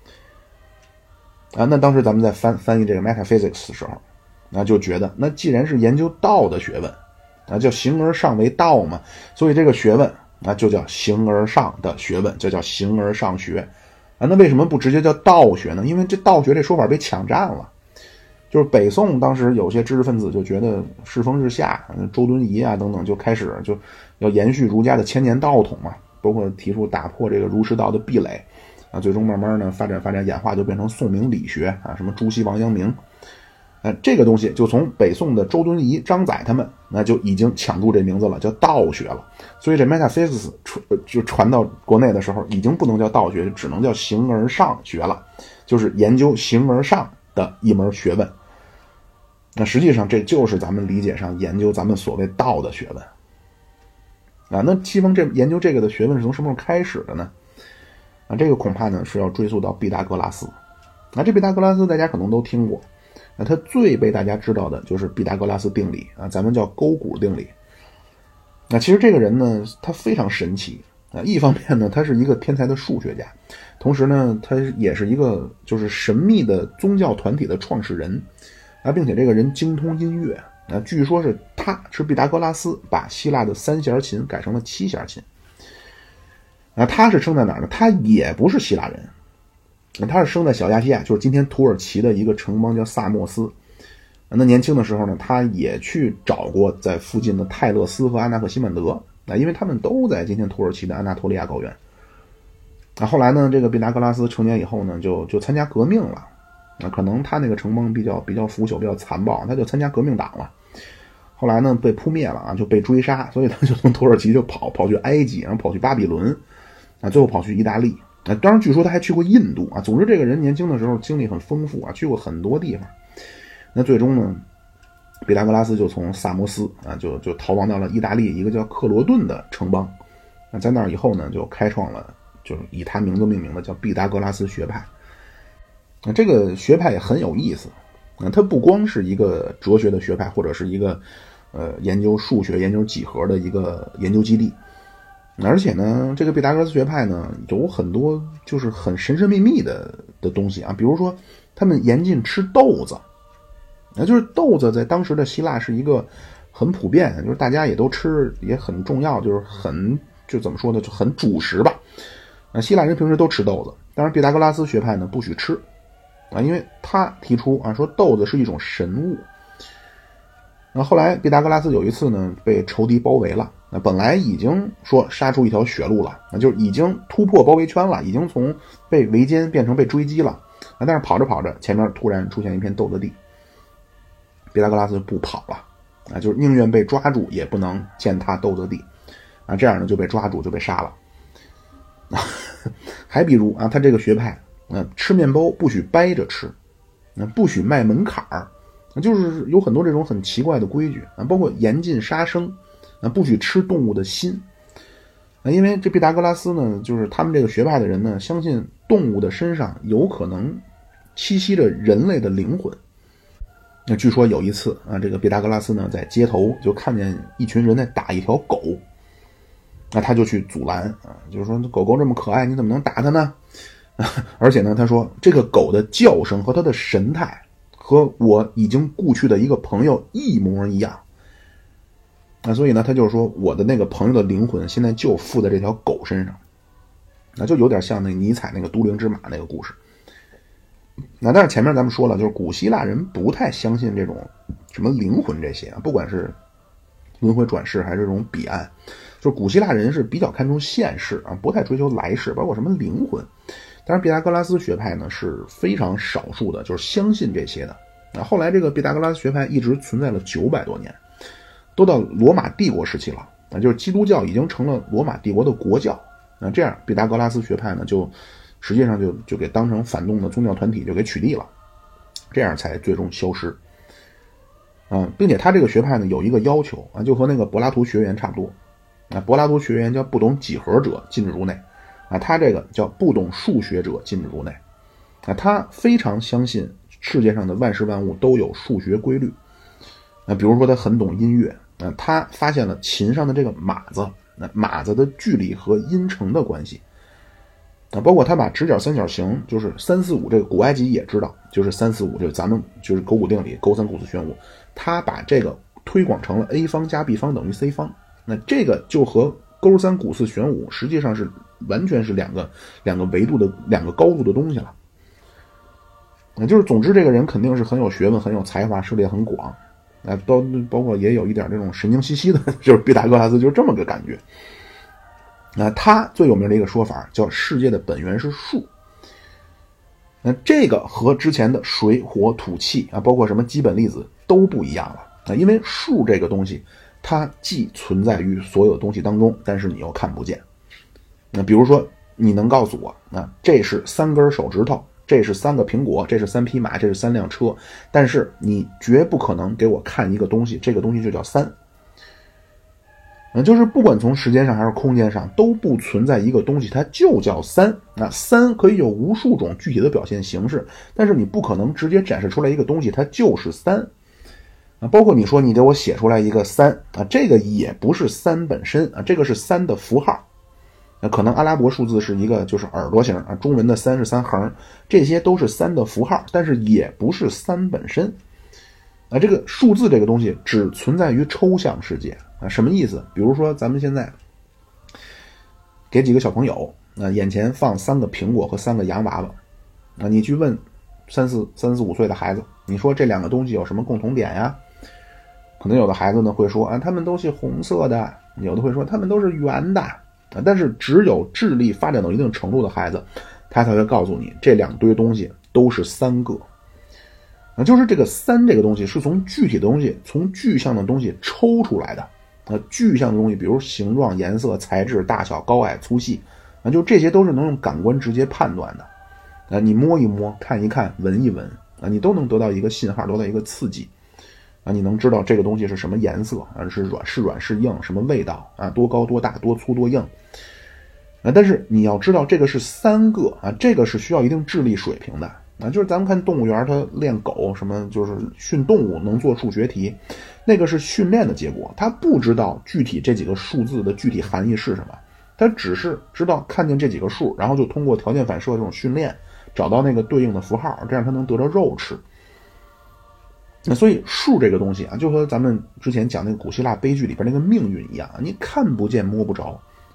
啊，那当时咱们在翻翻译这个 metaphysics 的时候，那就觉得，那既然是研究道的学问。啊，叫形而上为道嘛，所以这个学问啊就叫形而上的学问，就叫形而上学啊。那为什么不直接叫道学呢？因为这道学这说法被抢占了。就是北宋当时有些知识分子就觉得世风日下，周敦颐啊等等就开始就要延续儒家的千年道统嘛，包括提出打破这个儒释道的壁垒啊，最终慢慢呢发展发展演化就变成宋明理学啊，什么朱熹王阳明。呃，这个东西就从北宋的周敦颐、张载他们，那就已经抢注这名字了，叫道学了。所以这 metaphysics 就传到国内的时候，已经不能叫道学，只能叫形而上学了，就是研究形而上的一门学问。那实际上这就是咱们理解上研究咱们所谓道的学问啊。那西方这研究这个的学问是从什么时候开始的呢？啊，这个恐怕呢是要追溯到毕达哥拉斯。啊，这毕达哥拉斯大家可能都听过。那他最被大家知道的就是毕达哥拉斯定理啊，咱们叫勾股定理。那其实这个人呢，他非常神奇啊。一方面呢，他是一个天才的数学家，同时呢，他也是一个就是神秘的宗教团体的创始人啊，并且这个人精通音乐啊，据说是他是毕达哥拉斯把希腊的三弦琴改成了七弦琴。啊，他是生在哪儿呢？他也不是希腊人。他是生在小亚细亚，就是今天土耳其的一个城邦叫萨莫斯。那年轻的时候呢，他也去找过在附近的泰勒斯和阿纳克西曼德，因为他们都在今天土耳其的安纳托利亚高原。后来呢，这个毕达哥拉斯成年以后呢，就就参加革命了。可能他那个城邦比较比较腐朽，比较残暴，他就参加革命党了。后来呢，被扑灭了啊，就被追杀，所以他就从土耳其就跑跑去埃及，然后跑去巴比伦，啊，最后跑去意大利。啊，当然据说他还去过印度啊。总之这个人年轻的时候经历很丰富啊，去过很多地方。那最终呢，毕达哥拉斯就从萨摩斯啊就就逃亡到了意大利一个叫克罗顿的城邦。那在那儿以后呢，就开创了就是以他名字命名的叫毕达哥拉斯学派。那这个学派也很有意思啊，它不光是一个哲学的学派，或者是一个呃研究数学、研究几何的一个研究基地。而且呢，这个毕达哥拉斯学派呢，有很多就是很神神秘秘的的东西啊，比如说他们严禁吃豆子，那就是豆子在当时的希腊是一个很普遍，就是大家也都吃，也很重要，就是很就怎么说呢，就很主食吧。 那希腊人平时都吃豆子，当然毕达哥拉斯学派呢不许吃啊，因为他提出啊说豆子是一种神物。那后来毕达哥拉斯有一次呢被仇敌包围了，那本来已经说杀出一条血路了，那就已经突破包围圈了，已经从被围歼变成被追击了啊，但是跑着跑着前面突然出现一片豆子地，毕达哥拉斯不跑了啊，就是宁愿被抓住也不能践踏豆子地啊，这样呢就被抓住就被杀了。还比如啊，他这个学派啊，吃面包不许掰着吃，啊，不许迈门槛儿，就是有很多这种很奇怪的规矩啊，包括严禁杀生啊，不许吃动物的心啊，因为这毕达哥拉斯呢，就是他们这个学派的人呢，相信动物的身上有可能栖息着人类的灵魂。那据说有一次啊，这个毕达哥拉斯呢在街头就看见一群人在打一条狗，那他就去阻拦啊，就是说狗狗这么可爱，你怎么能打它呢？啊，而且呢，他说这个狗的叫声和它的神态和我已经故去的一个朋友一模一样。那所以呢，他就是说我的那个朋友的灵魂现在就附在这条狗身上，那就有点像那尼采那个都灵之马那个故事。那但是前面咱们说了，就是古希腊人不太相信这种什么灵魂这些啊，不管是轮回转世还是这种彼岸，就是古希腊人是比较看重现世啊，不太追求来世，包括什么灵魂。当然毕达哥拉斯学派呢是非常少数的，就是相信这些的。啊，后来这个毕达哥拉斯学派一直存在了九百多年，都到罗马帝国时期了，啊，就是基督教已经成了罗马帝国的国教。那这样毕达哥拉斯学派呢就实际上就就给当成反动的宗教团体就给取缔了，这样才最终消失。啊，并且他这个学派呢有一个要求啊，就和那个柏拉图学园差不多。啊，柏拉图学园叫不懂几何者禁止入内，啊，他这个叫不懂数学者禁止入内。啊，他非常相信世界上的万事万物都有数学规律。啊，比如说他很懂音乐，啊，他发现了琴上的这个码子，那码子的距离和音程的关系。啊，包括他把直角三角形就是三四五，这个古埃及也知道，就是三四五，这个咱们就是勾股定理，勾三股四弦五，他把这个推广成了 a 方加 b 方等于 c 方。那这个就和勾三股四弦五实际上是完全是两个两个维度的两个高度的东西了。那就是总之这个人肯定是很有学问很有才华，涉猎很广啊，包包括也有一点这种神经兮兮的，就是毕达哥拉斯就是这么个感觉。那他最有名的一个说法叫世界的本源是数。那这个和之前的水火土气啊，包括什么基本粒子都不一样了啊，因为数这个东西它既存在于所有东西当中，但是你又看不见。那比如说你能告诉我啊，这是三根手指头，这是三个苹果，这是三匹马，这是三辆车，但是你绝不可能给我看一个东西，这个东西就叫三。嗯，就是不管从时间上还是空间上都不存在一个东西它就叫三。那三可以有无数种具体的表现形式，但是你不可能直接展示出来一个东西它就是三啊。包括你说你给我写出来一个三啊，这个也不是三本身啊，这个是三的符号。那可能阿拉伯数字是一个就是耳朵形啊，中文的三是三横，这些都是三的符号，但是也不是三本身啊。这个数字这个东西只存在于抽象世界啊，什么意思？比如说咱们现在给几个小朋友啊，眼前放三个苹果和三个洋娃娃啊，你去问三四三四五岁的孩子，你说这两个东西有什么共同点呀？可能有的孩子呢会说啊，他们都是红色的，有的会说他们都是圆的啊。但是只有智力发展到一定程度的孩子，他才会告诉你这两堆东西都是三个啊，就是这个三这个东西是从具体的东西，从具象的东西抽出来的啊，具象的东西，比如形状、颜色、材质、大小、高矮、粗细啊，就这些都是能用感官直接判断的啊，你摸一摸、看一看、闻一闻啊，你都能得到一个信号，得到一个刺激啊，你能知道这个东西是什么颜色啊，是软是软是硬，什么味道啊，多高多大多粗多硬啊，但是你要知道这个是三个啊，这个是需要一定智力水平的啊，就是咱们看动物园它练狗什么，就是训动物能做数学题，那个是训练的结果，他不知道具体这几个数字的具体含义是什么，他只是知道看见这几个数，然后就通过条件反射这种训练找到那个对应的符号，这样他能得着肉吃。那所以数这个东西啊，就和咱们之前讲那个古希腊悲剧里边那个命运一样，你看不见摸不着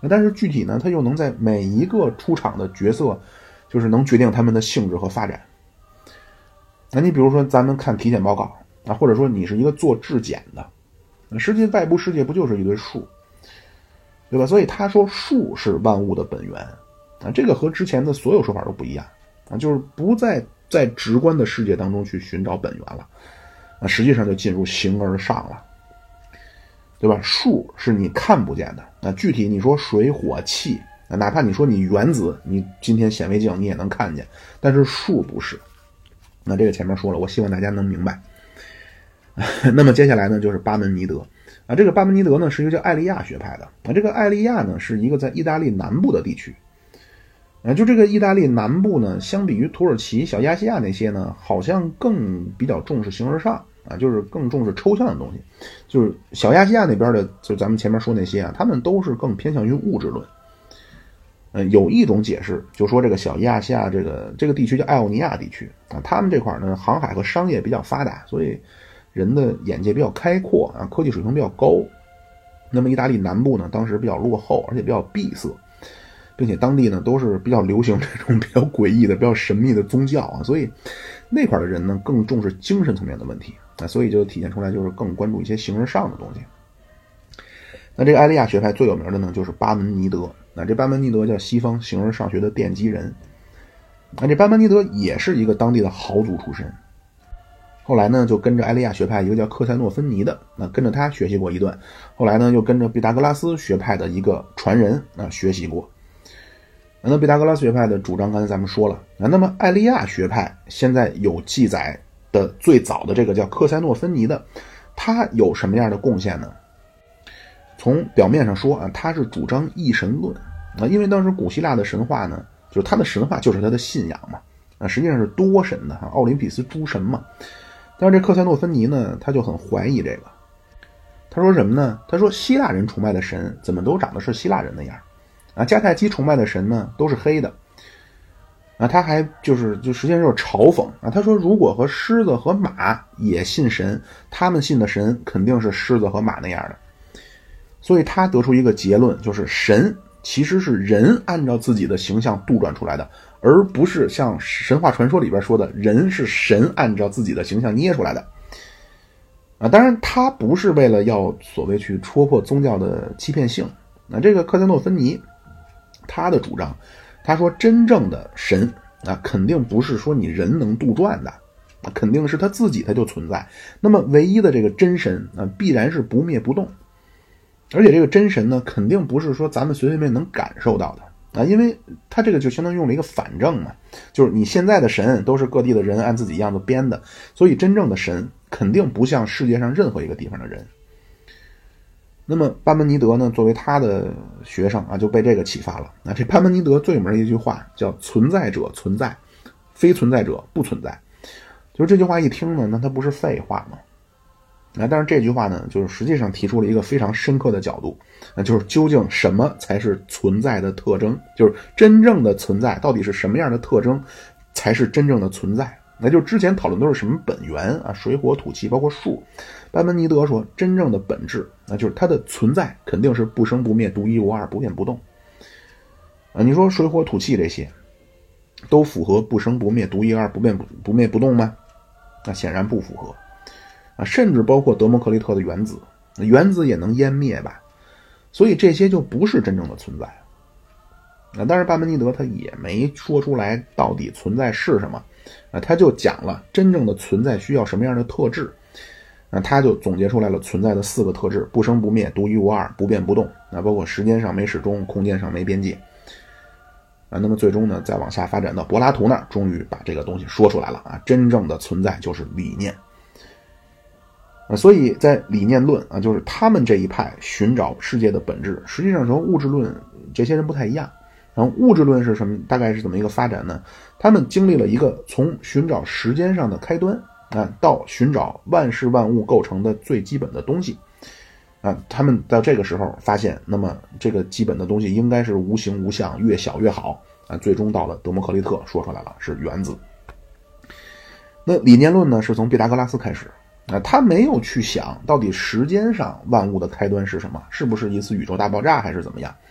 但是具体呢，他又能在每一个出场的角色，就是能决定他们的性质和发展。那你比如说咱们看体检报告啊，或者说你是一个做质检的，实际外部世界不就是一堆数，对吧？所以他说数是万物的本源啊，这个和之前的所有说法都不一样啊，就是不再在直观的世界当中去寻找本源了啊，实际上就进入形而上了，对吧？数是你看不见的，那具体你说水火气，哪怕你说你原子，你今天显微镜你也能看见，但是数不是。那这个前面说了，我希望大家能明白。那么接下来呢，就是巴门尼德啊，这个巴门尼德呢是一个叫艾利亚学派的啊，这个艾利亚呢是一个在意大利南部的地区。啊，就这个意大利南部呢，相比于土耳其、小亚细亚那些呢，好像更比较重视形而上啊，就是更重视抽象的东西。就是小亚细亚那边的，就咱们前面说那些啊，他们都是更偏向于物质论。呃，有一种解释，就说这个小亚细亚这个这个地区叫爱奥尼亚地区啊，他们这块呢，航海和商业比较发达，所以人的眼界比较开阔啊，科技水平比较高。那么意大利南部呢，当时比较落后，而且比较闭塞。并且当地呢都是比较流行这种比较诡异的、比较神秘的宗教啊，所以那块的人呢更重视精神层面的问题啊，所以就体现出来就是更关注一些形而上的东西。那这个艾利亚学派最有名的呢就是巴门尼德，那这巴门尼德叫西方形而上学的奠基人。那这巴门尼德也是一个当地的豪族出身，后来呢就跟着艾利亚学派一个叫克塞诺芬尼的，那跟着他学习过一段，后来呢又跟着毕达哥拉斯学派的一个传人啊学习过。那毕达哥拉斯学派的主张刚才咱们说了，那么艾利亚学派现在有记载的最早的这个叫克塞诺芬尼的，他有什么样的贡献呢？从表面上说啊，他是主张一神论啊，因为当时古希腊的神话呢，就是他的神话就是他的信仰嘛，啊，实际上是多神的，奥林匹斯诸神嘛。但是这克塞诺芬尼呢，他就很怀疑这个，他说什么呢？他说希腊人崇拜的神怎么都长得是希腊人那样。啊，迦太基崇拜的神呢都是黑的，啊，他还就是就实际上就是嘲讽啊。他说，如果和狮子和马也信神，他们信的神肯定是狮子和马那样的。所以他得出一个结论，就是神其实是人按照自己的形象杜撰出来的，而不是像神话传说里边说的人是神按照自己的形象捏出来的。啊，当然他不是为了要所谓去戳破宗教的欺骗性。那这个克塞诺芬尼他的主张，他说真正的神啊，肯定不是说你人能杜撰的，肯定是他自己他就存在。那么唯一的这个真神啊，必然是不灭不动，而且这个真神呢，肯定不是说咱们随随便便能感受到的啊，因为他这个就相当于用了一个反证嘛，就是你现在的神都是各地的人按自己样子编的，所以真正的神肯定不像世界上任何一个地方的人。那么巴门尼德呢，作为他的学生啊，就被这个启发了。那这巴门尼德最有名的一句话叫存在者存在，非存在者不存在。就是这句话一听呢，那它不是废话吗？啊，但是这句话呢，就是实际上提出了一个非常深刻的角度，那就是究竟什么才是存在的特征，就是真正的存在到底是什么样的特征才是真正的存在。那就之前讨论都是什么本源啊，水火土气包括数。巴门尼德说真正的本质，那就是它的存在肯定是不生不灭、独一无二、不变不动啊。你说水火土气这些都符合不生不灭、独一无二、不变不灭不动吗？那显然不符合啊，甚至包括德谟克利特的原子，原子也能湮灭吧，所以这些就不是真正的存在啊。但是巴门尼德他也没说出来到底存在是什么啊，他就讲了真正的存在需要什么样的特质。那他就总结出来了存在的四个特质：不生不灭、独一无二、不变不动。那包括时间上没始终，空间上没边界。啊，那么最终呢，再往下发展到柏拉图那儿，终于把这个东西说出来了啊！真正的存在就是理念。啊，所以在理念论啊，就是他们这一派寻找世界的本质，实际上和物质论这些人不太一样。然后物质论是什么？大概是怎么一个发展呢？他们经历了一个从寻找时间上的开端。啊，到寻找万事万物构成的最基本的东西啊，他们到这个时候发现，那么这个基本的东西应该是无形无相，越小越好啊。最终到了德谟克利特说出来了，是原子。那理念论呢，是从毕达哥拉斯开始啊，他没有去想到底时间上万物的开端是什么，是不是一次宇宙大爆炸还是怎么样，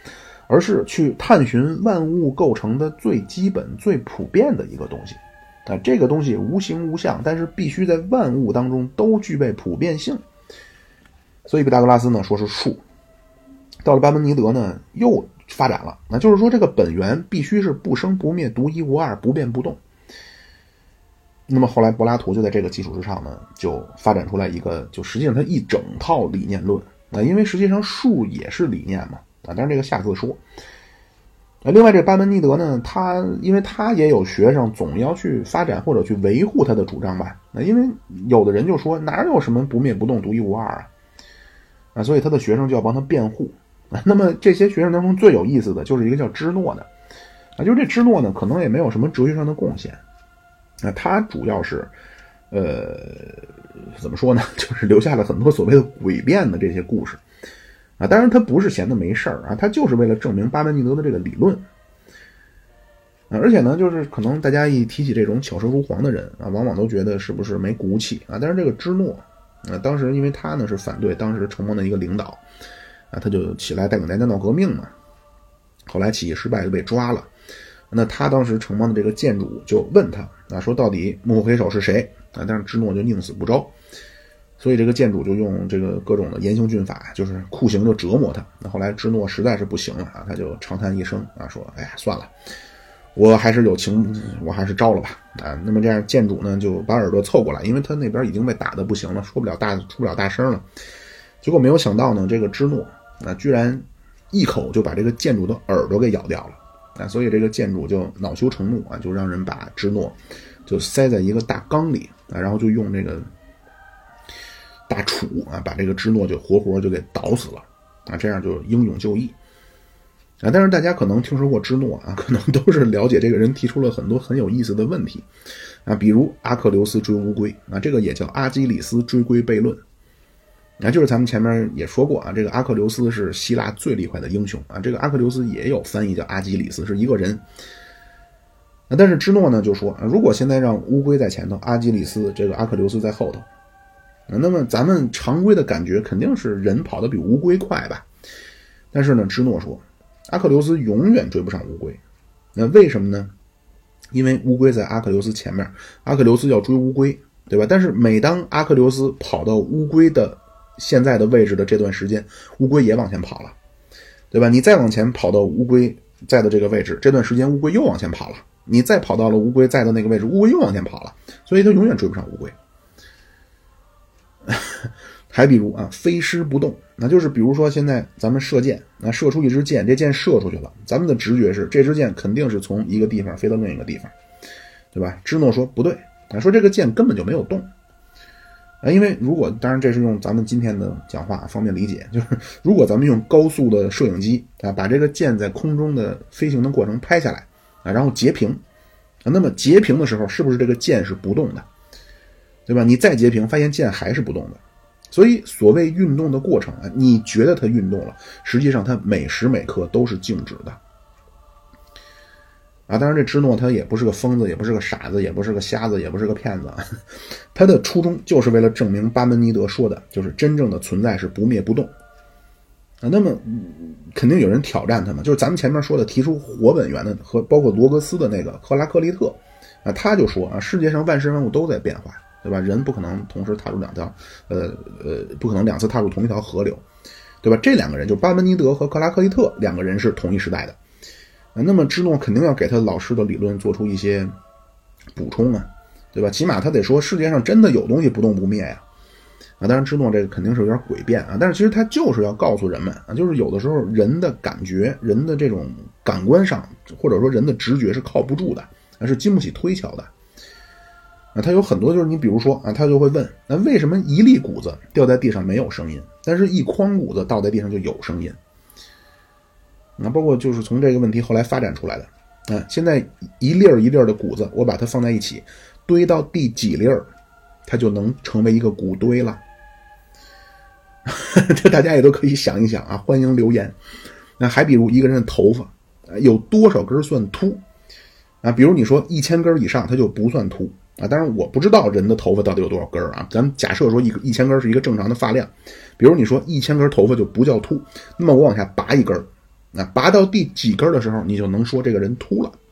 而是去探寻万物构成的最基本最普遍的一个东西啊，这个东西无形无相，但是必须在万物当中都具备普遍性。所以毕达哥拉斯呢说是数。到了巴门尼德呢又发展了，那就是说这个本源必须是不生不灭、独一无二、不变不动。那么后来柏拉图就在这个基础之上呢，就发展出来一个，就实际上它一整套理念论啊，因为实际上数也是理念嘛啊，但是这个下次说。啊，另外这巴门尼德呢，他因为他也有学生总要去发展或者去维护他的主张吧，那因为有的人就说哪有什么不灭不动、独一无二啊，啊，所以他的学生就要帮他辩护。啊，那么这些学生当中最有意思的就是一个叫芝诺的啊，就是这芝诺呢可能也没有什么哲学上的贡献。那他主要是，呃，怎么说呢？就是留下了很多所谓的诡辩的这些故事，啊，当然他不是闲的没事儿啊，他就是为了证明巴门尼德的这个理论，啊，而且呢，就是可能大家一提起这种巧舌如簧的人啊，往往都觉得是不是没骨气啊？但是这个芝诺，啊，当时因为他呢是反对当时城邦的一个领导，啊，他就起来带领大家闹革命嘛，后来起义失败就被抓了。那他当时城邦的这个建主就问他啊，说到底幕后黑手是谁啊？但是芝诺就宁死不招，所以这个建主就用这个各种的严刑峻法，就是酷刑就折磨他。那后来芝诺实在是不行了啊，他就长叹一声啊，说：“哎呀，算了，我还是有情，我还是招了吧。”啊，那么这样建主呢就把耳朵凑过来，因为他那边已经被打得不行了，说不了大出不了大声了。结果没有想到呢，这个芝诺啊，居然一口就把这个建主的耳朵给咬掉了。啊，所以这个建主就恼羞成怒啊，就让人把芝诺就塞在一个大缸里啊，然后就用这个大杵啊，把这个芝诺就活活就给捣死了啊，这样就英勇就义啊。但是大家可能听说过芝诺啊，可能都是了解这个人提出了很多很有意思的问题啊，比如阿克琉斯追乌龟啊，这个也叫阿基里斯追龟悖论。啊，就是咱们前面也说过啊，这个阿克琉斯是希腊最厉害的英雄啊，这个阿克琉斯也有翻译叫阿基里斯，是一个人。啊，但是芝诺呢就说，啊，如果现在让乌龟在前头，阿基里斯这个阿克琉斯在后头，啊，那么咱们常规的感觉肯定是人跑得比乌龟快吧？但是呢，芝诺说，阿克琉斯永远追不上乌龟。那为什么呢？因为乌龟在阿克琉斯前面，阿克琉斯要追乌龟，对吧？但是每当阿克琉斯跑到乌龟的现在的位置的这段时间，乌龟也往前跑了，对吧？你再往前跑到乌龟在的这个位置，这段时间乌龟又往前跑了，你再跑到了乌龟在的那个位置，乌龟又往前跑了，所以它永远追不上乌龟。还比如啊，飞狮不动，那就是比如说现在咱们射箭，那射出一支箭，这箭射出去了，咱们的直觉是这支箭肯定是从一个地方飞到另一个地方，对吧？芝诺说不对，说这个箭根本就没有动。啊，因为如果当然这是用咱们今天的讲话方便理解，就是如果咱们用高速的摄影机啊，把这个箭在空中的飞行的过程拍下来啊，然后截屏啊，那么截屏的时候是不是这个箭是不动的，对吧？你再截屏发现箭还是不动的，所以所谓运动的过程啊，你觉得它运动了，实际上它每时每刻都是静止的。啊，当然这芝诺他也不是个疯子，也不是个傻子，也不是个瞎子，也不是个骗子，他的初衷就是为了证明巴门尼德说的就是真正的存在是不灭不动啊。那么肯定有人挑战他嘛，就是咱们前面说的提出活本源的和包括罗格斯的那个赫拉克利特啊，他就说啊，世界上万事万物都在变化，对吧？人不可能同时踏入两条呃呃不可能两次踏入同一条河流，对吧？这两个人就是巴门尼德和赫拉克利特两个人是同一时代的。那么芝诺肯定要给他老师的理论做出一些补充啊，对吧？起码他得说世界上真的有东西不动不灭呀。啊，当然芝诺这个肯定是有点诡辩啊，但是其实他就是要告诉人们啊，就是有的时候人的感觉，人的这种感官上，或者说人的直觉是靠不住的，啊，是经不起推敲的。啊，他有很多就是你比如说啊，他就会问，那为什么一粒谷子掉在地上没有声音，但是一筐谷子倒在地上就有声音？那包括就是从这个问题后来发展出来的啊，现在一粒儿一粒儿的谷子，我把它放在一起，堆到第几粒儿，它就能成为一个谷堆了。这大家也都可以想一想啊，欢迎留言。那还比如一个人的头发有多少根算秃啊？比如你说一千根以上，它就不算秃啊。当然我不知道人的头发到底有多少根啊，咱们假设说一个一千根是一个正常的发量，比如你说一千根头发就不叫秃，那么我往下拔一根啊，拔到第几根的时候，你就能说这个人秃了。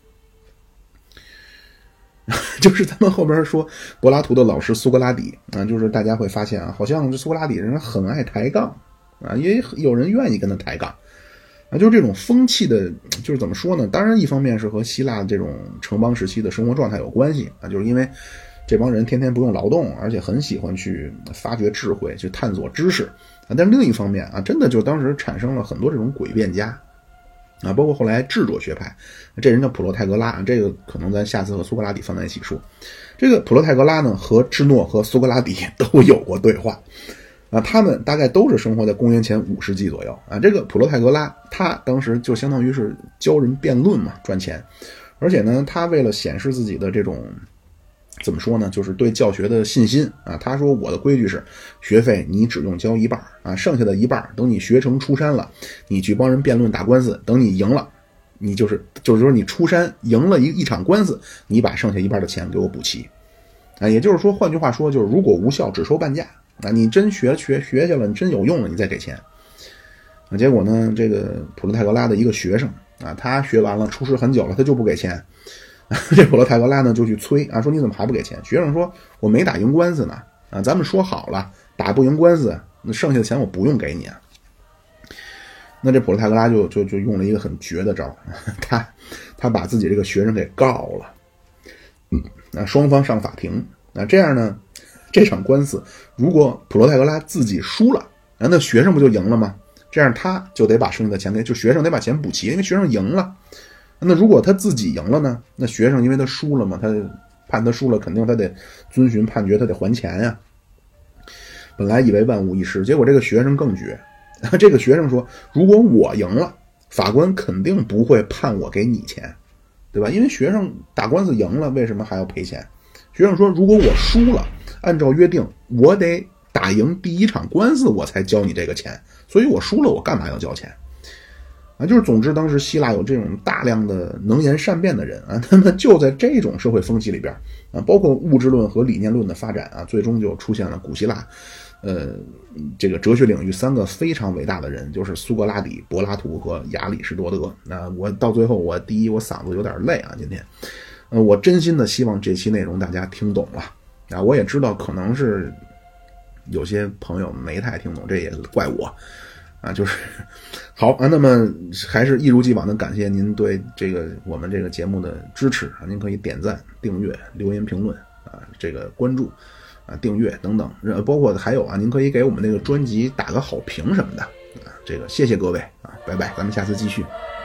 就是咱们后边说柏拉图的老师苏格拉底啊，就是大家会发现啊，好像苏格拉底人很爱抬杠啊，也有人愿意跟他抬杠啊，就是这种风气的，就是怎么说呢？当然，一方面是和希腊这种城邦时期的生活状态有关系啊，就是因为这帮人天天不用劳动，而且很喜欢去发掘智慧，去探索知识啊。但另一方面啊，真的就当时产生了很多这种诡辩家。啊，包括后来智者学派，这人叫普罗泰格拉，这个可能咱下次和苏格拉底放在一起说。这个普罗泰格拉呢，和芝诺和苏格拉底都有过对话，啊，他们大概都是生活在公元前五世纪左右啊。这个普罗泰格拉，他当时就相当于是教人辩论嘛，赚钱，而且呢，他为了显示自己的这种。怎么说呢？就是对教学的信心啊。他说我的规矩是，学费你只用交一半啊，剩下的一半等你学成出山了，你去帮人辩论打官司，等你赢了，你就是就是说你出山赢了一一场官司，你把剩下一半的钱给我补齐啊。也就是说，换句话说，就是如果无效只收半价啊，你真学学学下了，你真有用了，你再给钱啊。结果呢，这个普罗泰格拉的一个学生啊，他学完了出师很久了，他就不给钱。这普罗泰格拉呢就去催啊，说你怎么还不给钱？学生说我没打赢官司呢啊，咱们说好了打不赢官司，那剩下的钱我不用给你啊。那这普罗泰格拉就就就用了一个很绝的招，他他把自己这个学生给告了，嗯，那双方上法庭，那这样呢，这场官司如果普罗泰格拉自己输了，啊，那学生不就赢了吗？这样他就得把剩下的钱给，就学生得把钱补齐，因为学生赢了。那如果他自己赢了呢？那学生因为他输了嘛，他判他输了，肯定他得遵循判决，他得还钱呀。本来以为万无一失，结果这个学生更绝。这个学生说，如果我赢了，法官肯定不会判我给你钱，对吧？因为学生打官司赢了，为什么还要赔钱？学生说，如果我输了，按照约定，我得打赢第一场官司，我才交你这个钱，所以我输了，我干嘛要交钱？啊，就是总之，当时希腊有这种大量的能言善辩的人啊，他们就在这种社会风气里边啊，包括物质论和理念论的发展啊，最终就出现了古希腊，呃，这个哲学领域三个非常伟大的人，就是苏格拉底、柏拉图和亚里士多德。那我到最后，我第一，我嗓子有点累啊，今天，呃，我真心的希望这期内容大家听懂了啊，我也知道可能是有些朋友没太听懂，这也怪我。啊，就是好啊。那么还是一如既往的感谢您对这个我们这个节目的支持啊！您可以点赞、订阅、留言评论啊，这个关注啊、订阅等等，包括还有啊，您可以给我们这个专辑打个好评什么的啊。这个谢谢各位啊，拜拜，咱们下次继续。